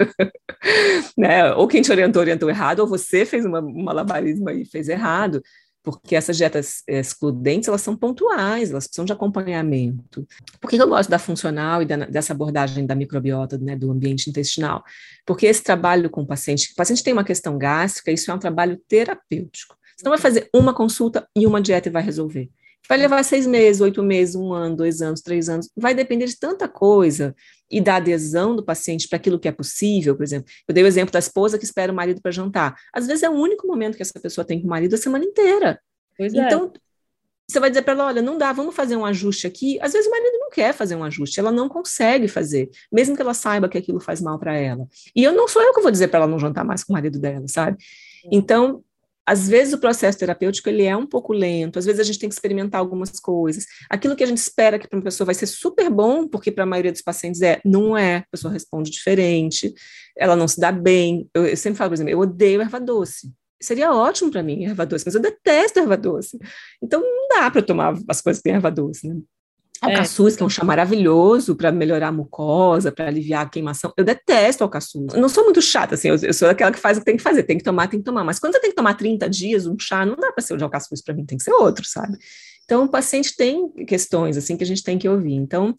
Né? Ou quem te orientou, orientou errado, ou você fez uma, um malabarismo e fez errado, porque essas dietas excludentes, elas são pontuais, elas precisam de acompanhamento. Por que eu gosto da funcional e da, dessa abordagem da microbiota, né, do ambiente intestinal? Porque esse trabalho com o paciente, o paciente tem uma questão gástrica, isso é um trabalho terapêutico. Você não vai fazer uma consulta e uma dieta e vai resolver. Vai levar seis meses, oito meses, um ano, dois anos, três anos. Vai depender de tanta coisa e da adesão do paciente para aquilo que é possível. Por exemplo, eu dei o exemplo da esposa que espera o marido para jantar. Às vezes é o único momento que essa pessoa tem com o marido a semana inteira. Pois então, é. Você vai dizer para ela, olha, não dá, vamos fazer um ajuste aqui. Às vezes o marido não quer fazer um ajuste, ela não consegue fazer, mesmo que ela saiba que aquilo faz mal para ela. E eu não sou eu que vou dizer para ela não jantar mais com o marido dela, sabe? Então, às vezes o processo terapêutico ele é um pouco lento, às vezes a gente tem que experimentar algumas coisas. Aquilo que a gente espera que para uma pessoa vai ser super bom, porque para a maioria dos pacientes é, não é, a pessoa responde diferente, ela não se dá bem. Eu, eu sempre falo, por exemplo, eu odeio erva doce. Seria ótimo para mim erva doce, mas eu detesto erva doce. Então não dá para tomar as coisas que tem erva doce, né? Alcaçuz, é. que é um chá maravilhoso para melhorar a mucosa, para aliviar a queimação. Eu detesto alcaçuz. Eu não sou muito chata, assim, eu, eu sou aquela que faz o que tem que fazer, tem que tomar, tem que tomar. Mas quando você tem que tomar trinta dias um chá, não dá para ser o de alcaçuz para mim, tem que ser outro, sabe? Então, o paciente tem questões, assim, que a gente tem que ouvir. Então,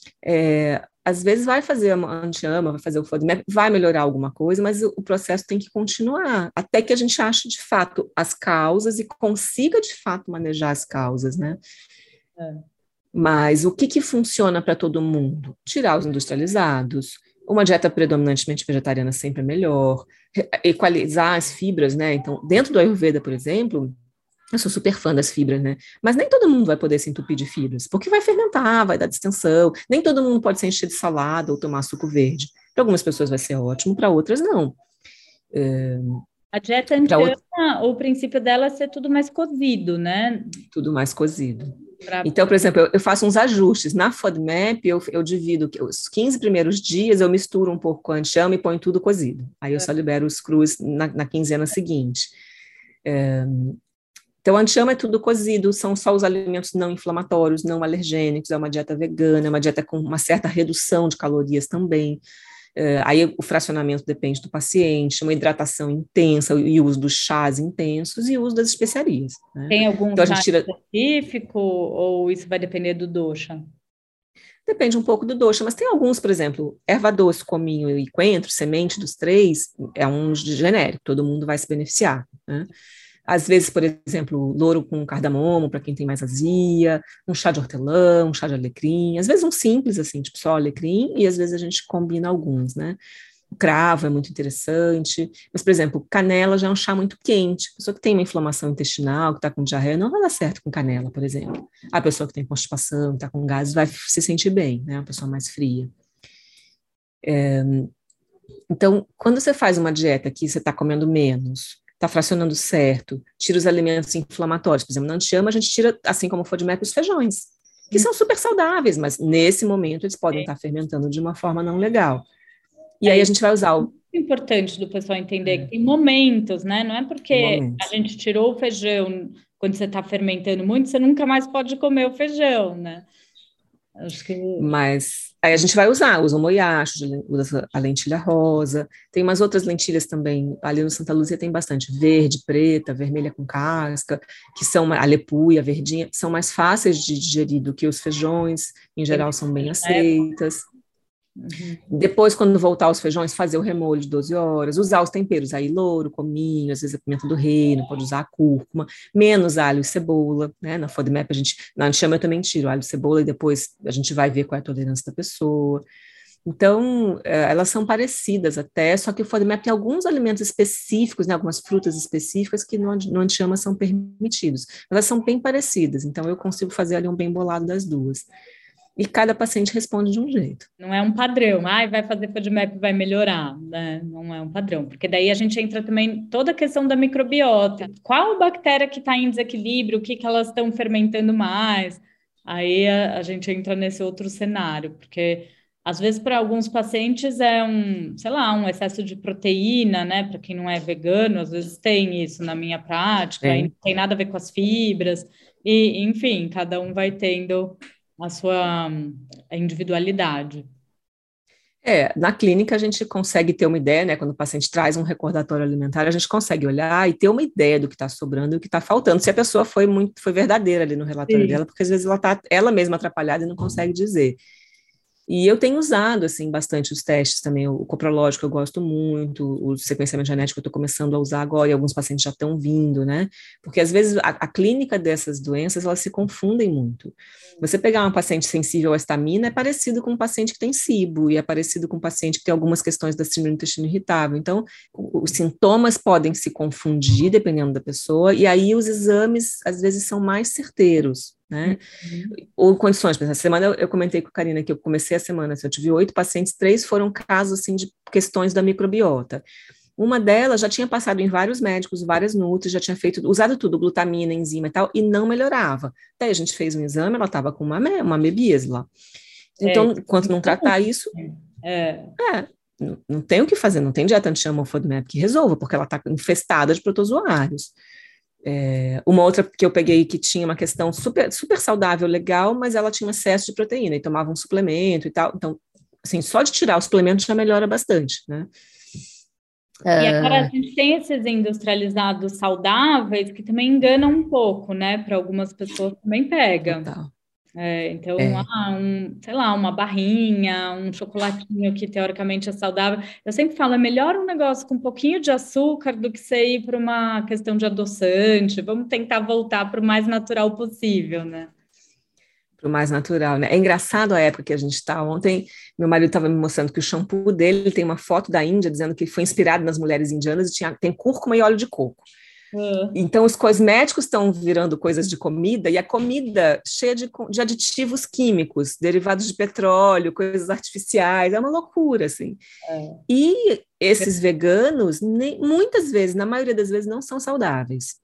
é, às vezes vai fazer a antiama, vai fazer o FODMAP, vai melhorar alguma coisa, mas o, o processo tem que continuar, até que a gente ache, de fato, as causas e consiga, de fato, manejar as causas, né? É. Mas o que, que funciona para todo mundo? Tirar os industrializados, uma dieta predominantemente vegetariana sempre é melhor, equalizar as fibras, né? Então, dentro do Ayurveda, por exemplo, eu sou super fã das fibras, né? Mas nem todo mundo vai poder se entupir de fibras, porque vai fermentar, vai dar distensão, nem todo mundo pode se encher de salada ou tomar suco verde. Para algumas pessoas vai ser ótimo, para outras não. É... A dieta antiana, outra... o princípio dela é ser tudo mais cozido, né? Tudo mais cozido. Pra... Então, por exemplo, eu, eu faço uns ajustes. Na FODMAP, eu, eu divido os quinze primeiros dias, eu misturo um pouco com a antiama e ponho tudo cozido. Aí eu só libero os crus na, na quinzena seguinte. É, então, a antiama é tudo cozido, são só os alimentos não inflamatórios, não alergênicos, é uma dieta vegana, é uma dieta com uma certa redução de calorias também. Uh, aí o fracionamento depende do paciente, uma hidratação intensa e o uso dos chás intensos e o uso das especiarias. Né? Tem algum então, chá tira... específico ou isso vai depender do dosha? Depende um pouco do dosha, mas tem alguns, por exemplo, erva doce, cominho e coentro, semente dos três, é um genérico, todo mundo vai se beneficiar, né? Às vezes, por exemplo, louro com cardamomo, para quem tem mais azia, um chá de hortelã, um chá de alecrim, às vezes um simples, assim, tipo só alecrim, e às vezes a gente combina alguns, né? O cravo é muito interessante, mas, por exemplo, canela já é um chá muito quente, a pessoa que tem uma inflamação intestinal, que está com diarreia, não vai dar certo com canela, por exemplo. A pessoa que tem constipação, que está com gases, vai se sentir bem, né? A pessoa mais fria. É... Então, quando você faz uma dieta que você está comendo menos, está fracionando certo, tira os alimentos inflamatórios, por exemplo, na antiama a gente tira, assim como o FODMAP, os feijões, que são super saudáveis, mas nesse momento eles podem estar fermentando de uma forma não legal. E aí a gente vai usar o... É importante do pessoal entender que tem momentos, né? Não é porque momentos. a gente tirou o feijão, quando você está fermentando muito, você nunca mais pode comer o feijão, né? Acho que... Mas aí a gente vai usar, usa o moyashi, usa a lentilha rosa, tem umas outras lentilhas também, ali no Santa Luzia tem bastante, verde, preta, vermelha com casca, que são, a lepuia, verdinha, são mais fáceis de digerir do que os feijões, em geral são bem aceitas. Uhum. Depois, quando voltar os feijões, fazer o remolho de doze horas, usar os temperos, aí louro, cominho, às vezes a pimenta do reino, pode usar a cúrcuma, menos alho e cebola, né? Na FODMAP a gente, na antiama eu também tiro alho e cebola e depois a gente vai ver qual é a tolerância da pessoa. Então, elas são parecidas até, só que o FODMAP tem alguns alimentos específicos, né, algumas frutas específicas que no, no antiama são permitidos. Elas são bem parecidas, então eu consigo fazer ali um bem bolado das duas. E cada paciente responde de um jeito. Não é um padrão, ai, vai fazer FODMAP, vai melhorar, né? Não é um padrão, porque daí a gente entra também toda a questão da microbiota. Qual bactéria que está em desequilíbrio, o que, que elas estão fermentando mais? Aí a, a gente entra nesse outro cenário, porque às vezes para alguns pacientes é um, sei lá, um excesso de proteína, né? Para quem não é vegano, às vezes tem isso na minha prática, e não tem nada a ver com as fibras, e enfim, cada um vai tendo a sua individualidade. É, na clínica a gente consegue ter uma ideia, né? Quando o paciente traz um recordatório alimentar, a gente consegue olhar e ter uma ideia do que está sobrando e o que está faltando, se a pessoa foi muito, foi verdadeira ali no relatório Sim. dela, porque às vezes ela está ela mesma atrapalhada e não consegue dizer. E eu tenho usado, assim, bastante os testes também, o coprológico eu gosto muito, o sequenciamento genético eu estou começando a usar agora, e alguns pacientes já estão vindo, né? Porque às vezes a, a clínica dessas doenças, elas se confundem muito. Você pegar um paciente sensível à histamina é parecido com um paciente que tem SIBO, e é parecido com um paciente que tem algumas questões da síndrome do intestino irritável. Então, os sintomas podem se confundir dependendo da pessoa, e aí os exames, às vezes, são mais certeiros, né? Uhum. Ou condições, por exemplo, essa semana eu, eu comentei com a Karina que eu comecei a semana, assim, eu tive oito pacientes, três foram casos, assim, de questões da microbiota. Uma delas já tinha passado em vários médicos, várias nutris, já tinha feito, usado tudo, glutamina, enzima e tal, e não melhorava. Daí a gente fez um exame, ela estava com uma, uma amebíase lá. Então, é, enquanto não tratar isso, é, é não, não tem o que fazer, não tem dieta anti-FODMAP que resolva, porque ela está infestada de protozoários. É, uma outra que eu peguei que tinha uma questão super, super saudável, legal, mas ela tinha excesso de proteína e tomava um suplemento e tal. Então, assim, só de tirar o suplemento já melhora bastante, né? E agora a gente tem esses industrializados saudáveis que também enganam um pouco, né? Para algumas pessoas também pega. Total. É, então, é. ah, um, sei lá, uma barrinha, um chocolatinho que teoricamente é saudável. Eu sempre falo, é melhor um negócio com um pouquinho de açúcar do que você ir para uma questão de adoçante. Vamos tentar voltar para o mais natural possível, né? Para o mais natural, né? É engraçado a época que a gente está. Ontem, meu marido estava me mostrando que o shampoo dele tem uma foto da Índia dizendo que foi inspirado nas mulheres indianas e tinha, tem cúrcuma e óleo de coco. Uh. Então, os cosméticos estão virando coisas de comida, e a comida cheia de, de aditivos químicos, derivados de petróleo, coisas artificiais, é uma loucura, assim. É. E esses veganos, nem, muitas vezes, na maioria das vezes, não são saudáveis.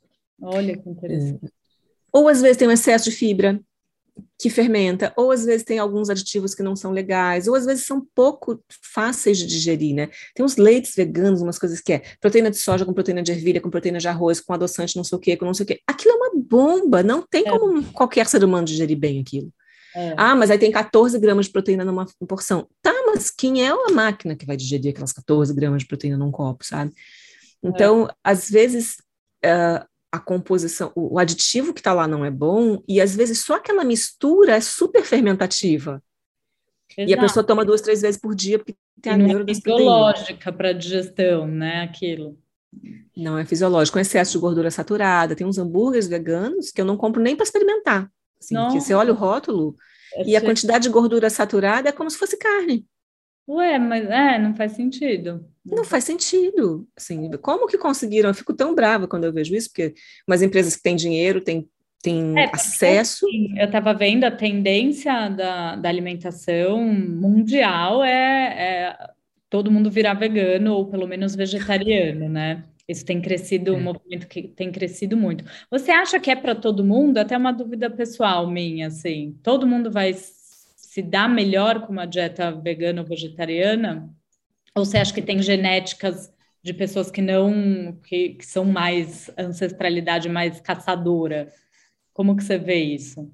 Olha que interessante. É. Ou, às vezes, tem um excesso de fibra que fermenta, ou às vezes tem alguns aditivos que não são legais, ou às vezes são pouco fáceis de digerir, né? Tem uns leites veganos, umas coisas que é proteína de soja com proteína de ervilha, com proteína de arroz, com adoçante não sei o quê, com não sei o quê. Aquilo é uma bomba, não tem é. como qualquer ser humano digerir bem aquilo. É. Ah, mas aí tem catorze gramas de proteína numa porção. Tá, mas quem é a máquina que vai digerir aquelas catorze gramas de proteína num copo, sabe? Então, é. às vezes... Uh, a composição, o, o aditivo que está lá não é bom, e às vezes só aquela mistura é super fermentativa. Exato. E a pessoa toma duas, três vezes por dia, porque tem e a neuro das proteínas. Não é fisiológica para digestão, né, aquilo. Não é fisiológico, com excesso de gordura saturada. Tem uns hambúrgueres veganos que eu não compro nem para experimentar. Assim, porque você olha o rótulo, é e a quantidade de gordura saturada é como se fosse carne. Ué, mas é, não faz sentido. Não, não faz sentido. Assim, como que conseguiram? Eu fico tão brava quando eu vejo isso, porque umas empresas que têm dinheiro, têm, têm é, acesso. Assim, eu estava vendo a tendência da, da alimentação mundial é, é todo mundo virar vegano ou pelo menos vegetariano, né? Isso tem crescido, um é. movimento que tem crescido muito. Você acha que é para todo mundo? Até uma dúvida pessoal minha, assim. Todo mundo vai se dar melhor com uma dieta vegana ou vegetariana? Ou você acha que tem genéticas de pessoas que não, que, que são mais ancestralidade mais caçadora? Como que você vê isso?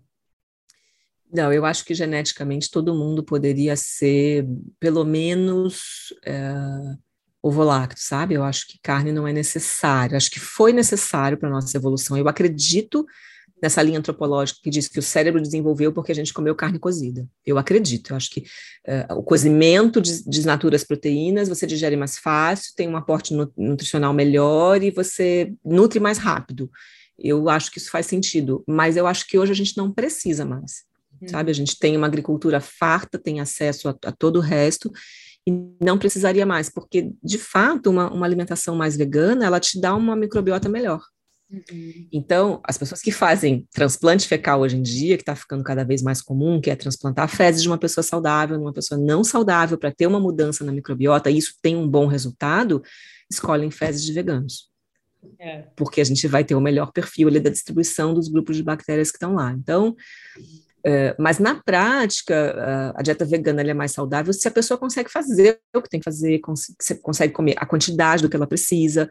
Não, eu acho que geneticamente todo mundo poderia ser, pelo menos, é, ovolacto, sabe? Eu acho que carne não é necessário. Acho que foi necessário para a nossa evolução. Eu acredito nessa linha antropológica que diz que o cérebro desenvolveu porque a gente comeu carne cozida. Eu acredito, eu acho que uh, o cozimento des desnatura as proteínas, você digere mais fácil, tem um aporte nu nutricional melhor e você nutre mais rápido. Eu acho que isso faz sentido, mas eu acho que hoje a gente não precisa mais, hum. sabe? A gente tem uma agricultura farta, tem acesso a, a todo o resto, e não precisaria mais, porque, de fato, uma, uma alimentação mais vegana, ela te dá uma microbiota melhor. Uhum. Então, as pessoas que fazem transplante fecal hoje em dia, que está ficando cada vez mais comum, que é transplantar fezes de uma pessoa saudável numa pessoa não saudável para ter uma mudança na microbiota, e isso tem um bom resultado, escolhem fezes de veganos. É. Porque a gente vai ter o melhor perfil ali da distribuição dos grupos de bactérias que estão lá. Então, é, mas na prática, a dieta vegana ela é mais saudável se a pessoa consegue fazer o que tem que fazer, cons consegue comer a quantidade do que ela precisa.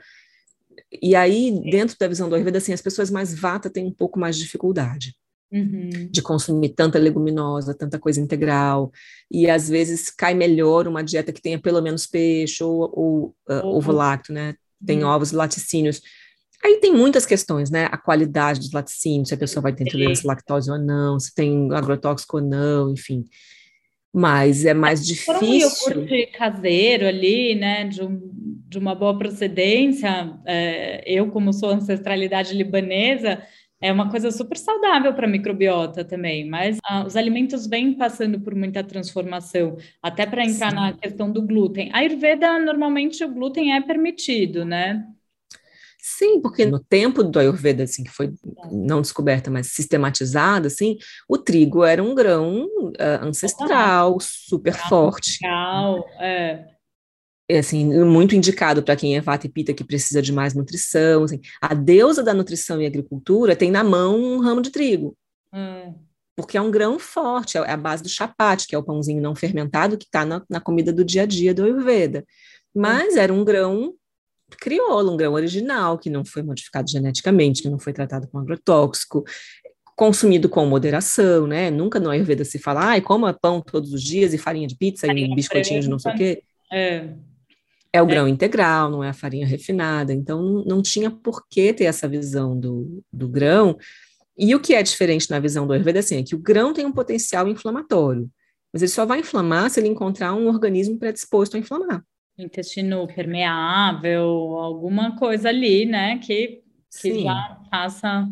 E aí, dentro da visão do Ayurveda, assim, as pessoas mais vata têm um pouco mais de dificuldade Uhum. de consumir tanta leguminosa, tanta coisa integral, e às vezes cai melhor uma dieta que tenha pelo menos peixe ou, ou uh, ovo lácteo, né? Tem Uhum. ovos e laticínios. Aí tem muitas questões, né? A qualidade dos laticínios, se a pessoa vai ter intolerância à lactose ou não, se tem agrotóxico ou não, enfim. Mas é mais Se for um difícil. iogurte caseiro ali, né, de, um, de uma boa procedência, é, eu, como sou ancestralidade libanesa, é uma coisa super saudável para a microbiota também, mas ah, os alimentos vêm passando por muita transformação, até para entrar Sim. na questão do glúten. A Ayurveda, normalmente, o glúten é permitido, né? Sim, porque no tempo do Ayurveda, assim, que foi não descoberta, mas sistematizada, assim, o trigo era um grão uh, ancestral, super forte. Legal, é. É, assim, muito indicado para quem é vata e pita que precisa de mais nutrição. Assim. A deusa da nutrição e agricultura tem na mão um ramo de trigo, Hum. porque é um grão forte, é a base do chapati, que é o pãozinho não fermentado que está na, na comida do dia a dia do Ayurveda. Mas era um grão crioulo, um grão original, que não foi modificado geneticamente, que não foi tratado com agrotóxico, consumido com moderação, né? Nunca no Ayurveda se fala, ai, coma pão todos os dias e farinha de pizza e Farinha biscoitinho de não sei o branca, quê. é. É o É. grão integral, não é a farinha refinada, então não, não tinha por que ter essa visão do, do grão. E o que é diferente na visão do Ayurveda assim, é que o grão tem um potencial inflamatório, mas ele só vai inflamar se ele encontrar um organismo predisposto a inflamar. Intestino permeável, alguma coisa ali, né, que, que já Sim. faça.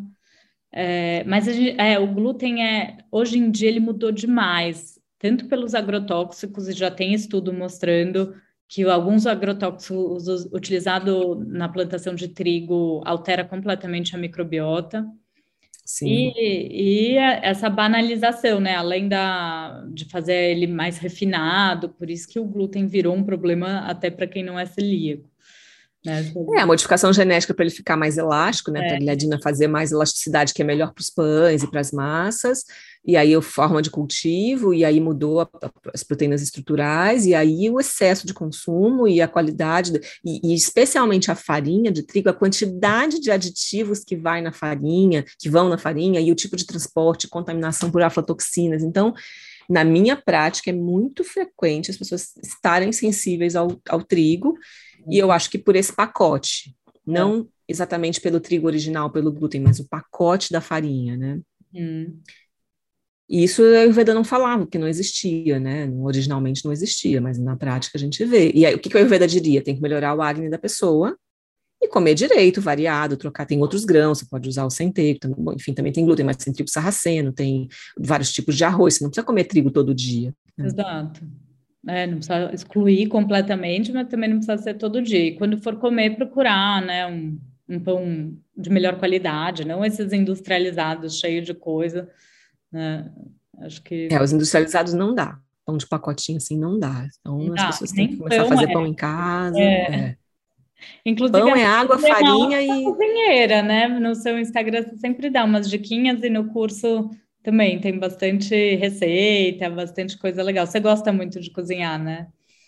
É, mas a gente- é, o glúten é, hoje em dia ele mudou demais, tanto pelos agrotóxicos, e já tem estudo mostrando que alguns agrotóxicos us- utilizados na plantação de trigo altera completamente a microbiota. Sim. E, e essa banalização, né? Além da, de fazer ele mais refinado, por isso que o glúten virou um problema até para quem não é celíaco, né? É, a modificação genética para ele ficar mais elástico, né, para a gliadina fazer mais elasticidade, que é melhor para os pães e para as massas, e aí a forma de cultivo, e aí mudou a, a, as proteínas estruturais, e aí o excesso de consumo e a qualidade, e, e especialmente a farinha de trigo, a quantidade de aditivos que vai na farinha, que vão na farinha, e o tipo de transporte, contaminação por aflatoxinas. Então, na minha prática, é muito frequente as pessoas estarem sensíveis ao, ao trigo, e eu acho que por esse pacote, É. não exatamente pelo trigo original, pelo glúten, mas o pacote da farinha, né? Hum. E isso a Ayurveda não falava, porque não existia, né? Originalmente não existia, mas na prática a gente vê. E aí, o que, que a Ayurveda diria? Tem que melhorar o acne da pessoa e comer direito, variado, trocar. Tem outros grãos, você pode usar o sem trigo, também, bom, enfim, também tem glúten, mas tem trigo sarraceno, tem vários tipos de arroz, você não precisa comer trigo todo dia. Né? Exato. É, não precisa excluir completamente, mas também não precisa ser todo dia. E quando for comer, procurar, né, um, um pão de melhor qualidade, não esses industrializados cheios de coisa, né? Acho que É, os industrializados não dá. Pão de pacotinho assim não dá. não Então as dá, pessoas têm que nem começar a pão fazer é. pão em casa. É. É. Inclusive, Pão a é água, Cris é uma farinha ótima e. cozinheira, né? No seu Instagram você sempre dá umas diquinhas e no curso também tem bastante receita, bastante coisa legal. Você gosta muito de cozinhar, né?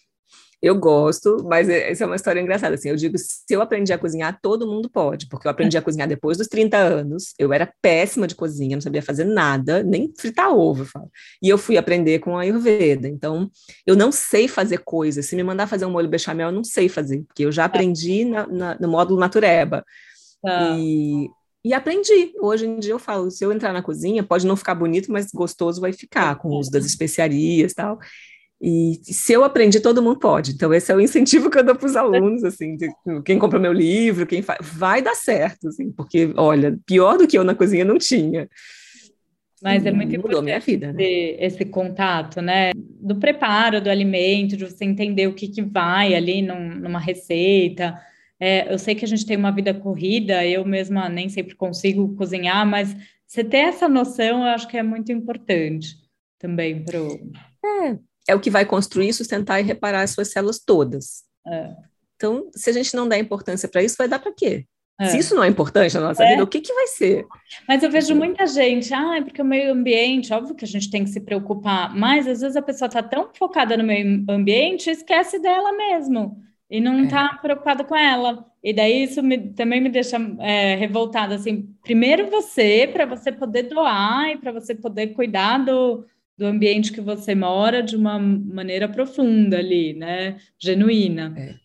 Eu gosto, mas é- essa é uma história engraçada. Assim, eu digo, se eu aprendi a cozinhar, todo mundo pode, porque eu aprendi a cozinhar depois dos trinta anos. Eu era péssima de cozinha, não sabia fazer nada, nem fritar ovo, eu falo. E eu fui aprender com a Ayurveda. Então, eu não sei fazer coisas. Se me mandar fazer um molho bechamel, eu não sei fazer, porque eu já aprendi na- na- no módulo Natureba. Tá. E, e aprendi. Hoje em dia eu falo, se eu entrar na cozinha, pode não ficar bonito, mas gostoso vai ficar, com o uso das especiarias e tal. E se eu aprendi, todo mundo pode. Então, esse é o incentivo que eu dou para os alunos, assim, de, quem compra meu livro, quem faz, vai dar certo, assim, porque, olha, pior do que eu na cozinha não tinha. Mas é E muito mudou minha importante vida, né? esse, esse contato, né? Do preparo do alimento, de você entender o que, que vai ali num- numa receita. É, eu sei que a gente tem uma vida corrida, eu mesma nem sempre consigo cozinhar, mas você ter essa noção, eu acho que é muito importante também para o... É, é o que vai construir, sustentar e reparar as suas células todas. É, Então, se a gente não der importância para isso, vai dar para quê? Se é. isso não é importante na nossa vida, o que, que vai ser? Mas eu vejo muita gente, ah, é porque o meio ambiente, óbvio que a gente tem que se preocupar, mas às vezes a pessoa está tão focada no meio ambiente, esquece dela mesmo, e não É, está preocupada com ela. E daí isso me- também me deixa é, revoltada, assim, primeiro você, para você poder doar e para você poder cuidar do, do ambiente que você mora de uma maneira profunda ali, né, genuína. é.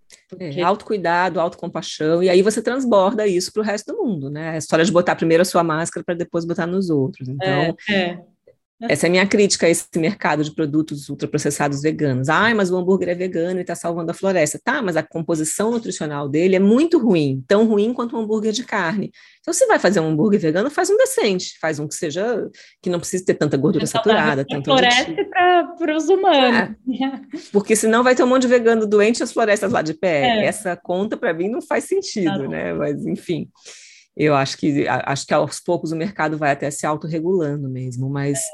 É, Porque autocuidado, autocompaixão, e aí você transborda isso para o resto do mundo, né? A história de botar primeiro a sua máscara para depois botar nos outros. é, Então, é, essa é a minha crítica a esse mercado de produtos ultraprocessados veganos. Ai, mas o hambúrguer é vegano e está salvando a floresta. Tá, mas a composição nutricional dele é muito ruim, tão ruim quanto um hambúrguer de carne. Então, se vai fazer um hambúrguer vegano, faz um decente, faz um que seja, que não precise ter tanta gordura é saudável saturada, para a tanto floresta aditivo. e para os humanos. É, porque senão vai ter um monte de vegano doente e as florestas lá de pé. É, Essa conta, para mim, não faz sentido, tá. né? Mas, enfim, eu acho que, acho que aos poucos o mercado vai até se autorregulando mesmo, mas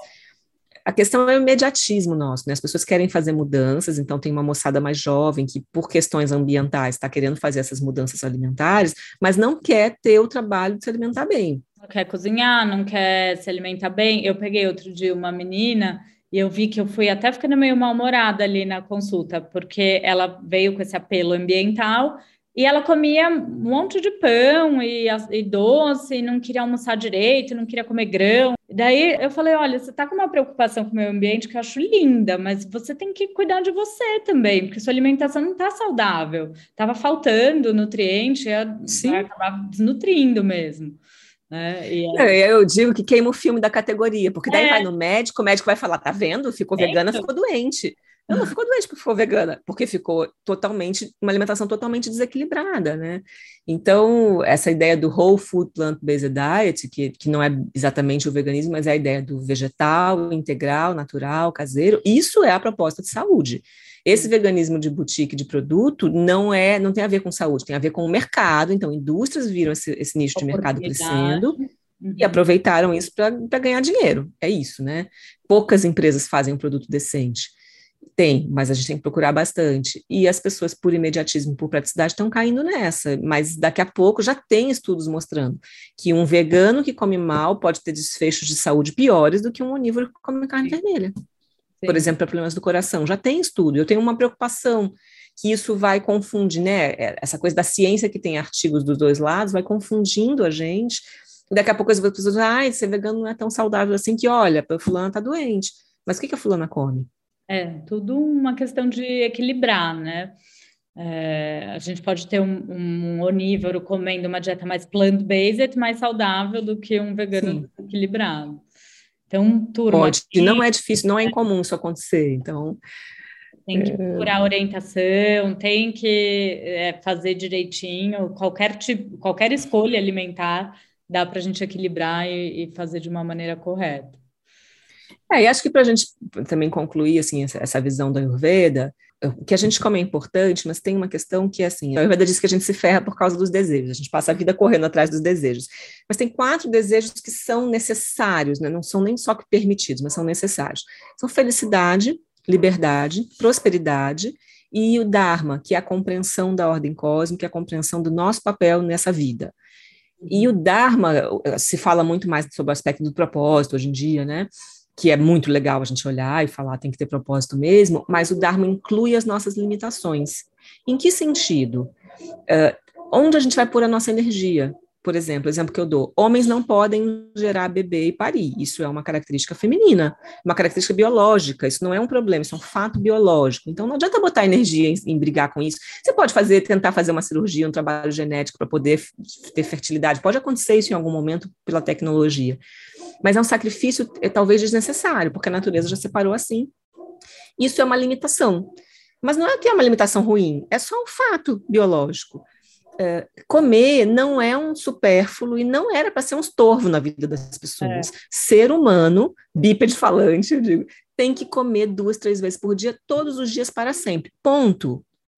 a questão é o imediatismo nosso, né? As pessoas querem fazer mudanças, então tem uma moçada mais jovem que, por questões ambientais, está querendo fazer essas mudanças alimentares, mas não quer ter o trabalho de se alimentar bem. Não quer cozinhar, não quer se alimentar bem. Eu peguei outro dia uma menina e eu vi que eu fui até ficando meio mal-humorada ali na consulta, porque ela veio com esse apelo ambiental e ela comia um monte de pão e, e doce, e não queria almoçar direito, não queria comer grão. Daí eu falei, olha, você está com uma preocupação com o meio ambiente que eu acho linda, mas você tem que cuidar de você também, porque sua alimentação não está saudável. Estava faltando nutriente, vai Sim. acabar desnutrindo mesmo. Né? E Não, eu digo que queima o filme da categoria, porque daí vai é, no médico, o médico vai falar, tá vendo? Ficou é, vegana, então, ficou doente. Não, não ficou doente porque ficou vegana, porque ficou totalmente, uma alimentação totalmente desequilibrada, né? Então, essa ideia do whole food plant-based diet, que, que não é exatamente o veganismo, mas é a ideia do vegetal, integral, natural, caseiro, isso é a proposta de saúde. Esse veganismo de boutique de produto não é, não tem a ver com saúde, tem a ver com o mercado. Então, indústrias viram esse, esse nicho de mercado oportunidade. crescendo e Uhum. aproveitaram isso para ganhar dinheiro. É isso, né? Poucas empresas fazem um produto decente. Tem, mas a gente tem que procurar bastante. E as pessoas, por imediatismo, por praticidade, estão caindo nessa. Mas daqui a pouco já tem estudos mostrando que um vegano que come mal pode ter desfechos de saúde piores do que um onívoro que come carne vermelha. Por Sim. exemplo, para problemas do coração. Já tem estudo. Eu tenho uma preocupação que isso vai confundir, né? Essa coisa da ciência que tem artigos dos dois lados vai confundindo a gente. Daqui a pouco as pessoas dizem, ah, ser vegano não é tão saudável assim que, olha, a fulana está doente. Mas o que, que a fulana come? É, tudo uma questão de equilibrar, né? É, a gente pode ter um, um onívoro comendo uma dieta mais plant-based, mais saudável do que um vegano Sim, equilibrado. Então, turma, pode. E não é difícil, não é incomum isso acontecer. Então, tem que procurar orientação, tem que é, fazer direitinho, qualquer tipo, qualquer escolha alimentar dá para a gente equilibrar e, e fazer de uma maneira correta. é, e acho que para a gente também concluir assim, essa, essa visão da Ayurveda, o que a gente come é importante, mas tem uma questão que é assim, a Ayurveda diz que a gente se ferra por causa dos desejos, a gente passa a vida correndo atrás dos desejos, mas tem quatro desejos que são necessários, né? Não são nem só que permitidos, mas são necessários. São felicidade, liberdade, prosperidade e o Dharma, que é a compreensão da ordem cósmica, a compreensão do nosso papel nessa vida. E o Dharma, se fala muito mais sobre o aspecto do propósito hoje em dia, né? Que é muito legal a gente olhar e falar, tem que ter propósito mesmo, mas o Dharma inclui as nossas limitações. Em que sentido? Uh, onde a gente vai pôr a nossa energia? Por exemplo, o exemplo que eu dou, homens não podem gerar bebê e parir, isso é uma característica feminina, uma característica biológica, isso não é um problema, isso é um fato biológico, então não adianta botar energia em, em brigar com isso, você pode fazer, tentar fazer uma cirurgia, um trabalho genético para poder ter fertilidade, pode acontecer isso em algum momento pela tecnologia, mas é um sacrifício é, talvez desnecessário, porque a natureza já separou assim, isso é uma limitação, mas não é que é uma limitação ruim, é só um fato biológico. Uh, comer não é um supérfluo e não era para ser um estorvo na vida das pessoas. É. Ser humano, bípede falante, eu digo, tem que comer duas, três vezes por dia, todos os dias para sempre. Ponto.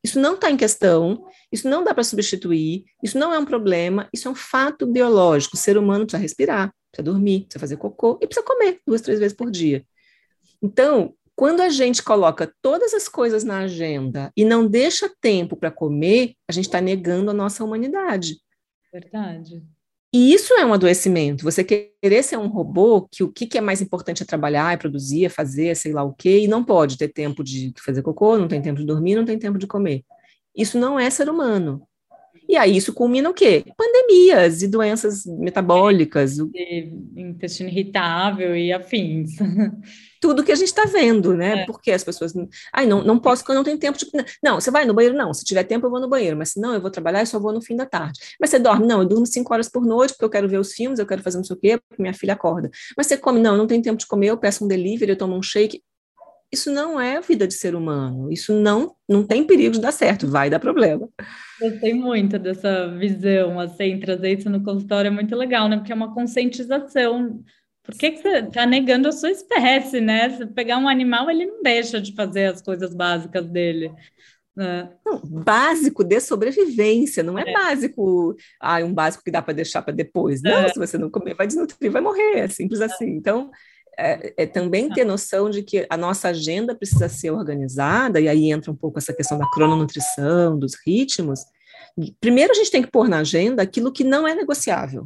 Isso não está em questão, isso não dá para substituir, isso não é um problema, isso é um fato biológico. O ser humano precisa respirar, precisa dormir, precisa fazer cocô e precisa comer duas, três vezes por dia. Então, quando a gente coloca todas as coisas na agenda e não deixa tempo para comer, a gente está negando a nossa humanidade. Verdade. E isso é um adoecimento. Você querer ser um robô, que o que, que é mais importante é trabalhar, é produzir, é fazer, é sei lá o quê, e não pode ter tempo de fazer cocô, não tem tempo de dormir, não tem tempo de comer. Isso não é ser humano. E aí isso culmina o quê? Pandemias e doenças metabólicas. E intestino irritável e afins. Tudo que a gente está vendo, né? É. Porque as pessoas... Ai, não, não posso porque eu não tenho tempo de... Não, você vai no banheiro? Não. Se tiver tempo, eu vou no banheiro. Mas se não, eu vou trabalhar e só vou no fim da tarde. Mas você dorme? Não, eu durmo cinco horas por noite porque eu quero ver os filmes, eu quero fazer não sei o quê, porque minha filha acorda. Mas você come? Não, eu não tenho tempo de comer, eu peço um delivery, eu tomo um shake. Isso não é vida de ser humano. Isso não, não tem perigo de dar certo. Vai dar problema. Gostei muito dessa visão, assim, trazer isso no consultório é muito legal, né? Porque é uma conscientização. Por que que você está negando a sua espécie, né? Se pegar um animal, ele não deixa de fazer as coisas básicas dele, né? Não, básico de sobrevivência, não é, É, básico, ah, um básico que dá para deixar para depois. Não, é, se você não comer, vai desnutrir, vai morrer, é simples assim. Então, é, é também ter noção de que a nossa agenda precisa ser organizada, e aí entra um pouco essa questão da crononutrição, dos ritmos. Primeiro, a gente tem que pôr na agenda aquilo que não é negociável.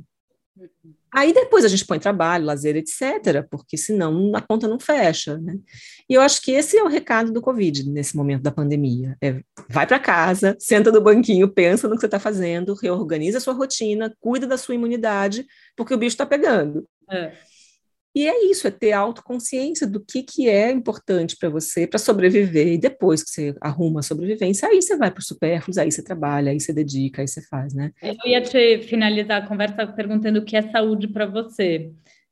Aí depois a gente põe trabalho, lazer, etcétera, porque senão a conta não fecha, né? E eu acho que esse é o recado do Covid nesse momento da pandemia. É, vai para casa, senta no banquinho, pensa no que você está fazendo, reorganiza a sua rotina, cuida da sua imunidade, porque o bicho está pegando. é. E é isso, é ter autoconsciência do que, que é importante para você, para sobreviver. E depois que você arruma a sobrevivência, aí você vai para os supérfluos, aí você trabalha, aí você dedica, aí você faz, né? Eu ia te finalizar a conversa perguntando o que é saúde para você.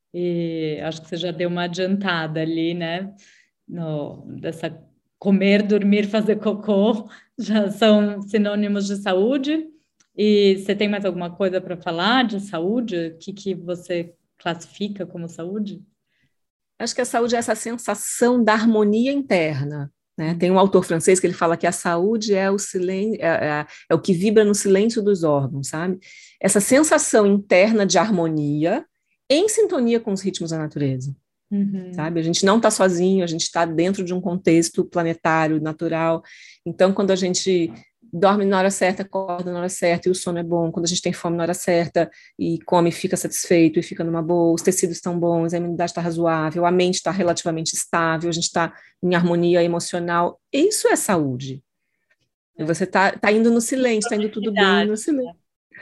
E acho que você já deu uma adiantada ali, né? No, dessa comer, dormir, fazer cocô, já são sinônimos de saúde. E você tem mais alguma coisa para falar de saúde? O que, que você classifica como saúde? Acho que a saúde é essa sensação da harmonia interna, né? Tem um autor francês que ele fala que a saúde é o silêncio, é, é, é o que vibra no silêncio dos órgãos, sabe? Essa sensação interna de harmonia em sintonia com os ritmos da natureza, Uhum. sabe? A gente não está sozinho, a gente está dentro de um contexto planetário, natural. Então, quando a gente dorme na hora certa, acorda na hora certa e o sono é bom, quando a gente tem fome na hora certa e come, fica satisfeito e fica numa boa, os tecidos estão bons, a imunidade está razoável, a mente está relativamente estável, a gente está em harmonia emocional, isso é saúde. E você está tá indo no silêncio, está indo tudo bem no silêncio.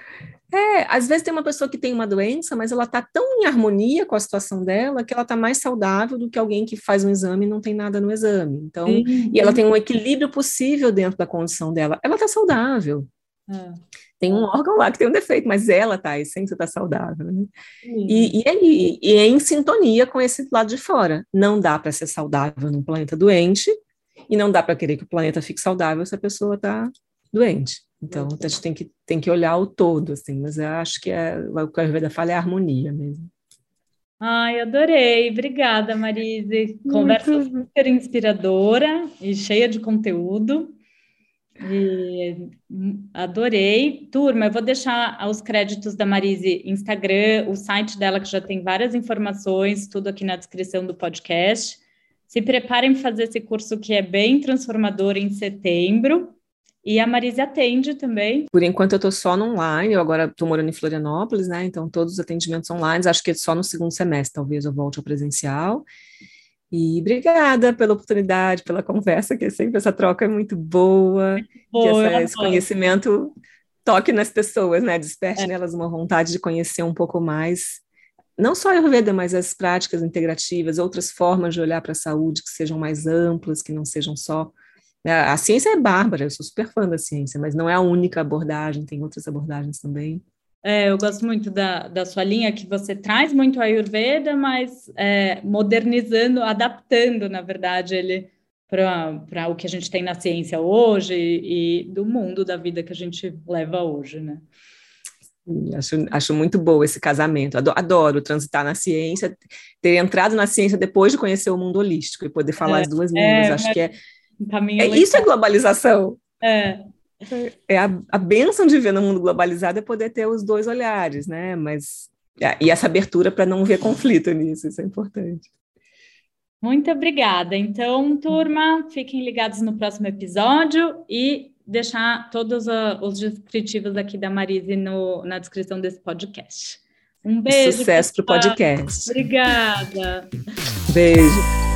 É, às vezes tem uma pessoa que tem uma doença, mas ela está tão em harmonia com a situação dela que ela está mais saudável do que alguém que faz um exame e não tem nada no exame. Então, Sim, e ela sim. tem um equilíbrio possível dentro da condição dela. Ela está saudável. É. Tem um órgão lá que tem um defeito, mas ela está, a essência está saudável. Né? Sim. E, e, é, e é em sintonia com esse lado de fora. Não dá para ser saudável num planeta doente e não dá para querer que o planeta fique saudável se a pessoa está doente. Então, a gente tem que, tem que olhar o todo, assim, mas eu acho que é, o que a Ayurveda fala é a harmonia mesmo. Ai, adorei. Obrigada, Marise. Conversa Muito. super inspiradora e cheia de conteúdo. E adorei. Turma, eu vou deixar os créditos da Marise Instagram, o site dela, que já tem várias informações, tudo aqui na descrição do podcast. Se preparem para fazer esse curso que é bem transformador em setembro. E a Marise atende também. Por enquanto eu estou só no online, eu agora estou morando em Florianópolis, né? Então todos os atendimentos online, acho que só no segundo semestre talvez eu volte ao presencial. E obrigada pela oportunidade, pela conversa, que sempre essa troca é muito boa, Boa, que essa, esse conhecimento toque nas pessoas, né? Desperte é. nelas uma vontade de conhecer um pouco mais, não só a Ayurveda, mas as práticas integrativas, outras formas de olhar para a saúde que sejam mais amplas, que não sejam só... A ciência é bárbara, eu sou super fã da ciência, mas não é a única abordagem, tem outras abordagens também. É, eu gosto muito da, da sua linha, que você traz muito a Ayurveda, mas é, modernizando, adaptando, na verdade, ele para o que a gente tem na ciência hoje e, e do mundo da vida que a gente leva hoje, né? Acho, acho muito bom esse casamento, adoro, adoro transitar na ciência, ter entrado na ciência depois de conhecer o mundo holístico e poder falar é, as duas línguas, é, acho que é... É, isso é globalização. É. É a, a bênção de ver no mundo globalizado é poder ter os dois olhares, né? Mas e essa abertura para não ver conflito nisso, isso é importante. Muito obrigada. Então, turma, fiquem ligados no próximo episódio e deixar todos uh, os descritivos aqui da Marise no, na descrição desse podcast. Um beijo. Sucesso para o podcast. Obrigada. Beijo.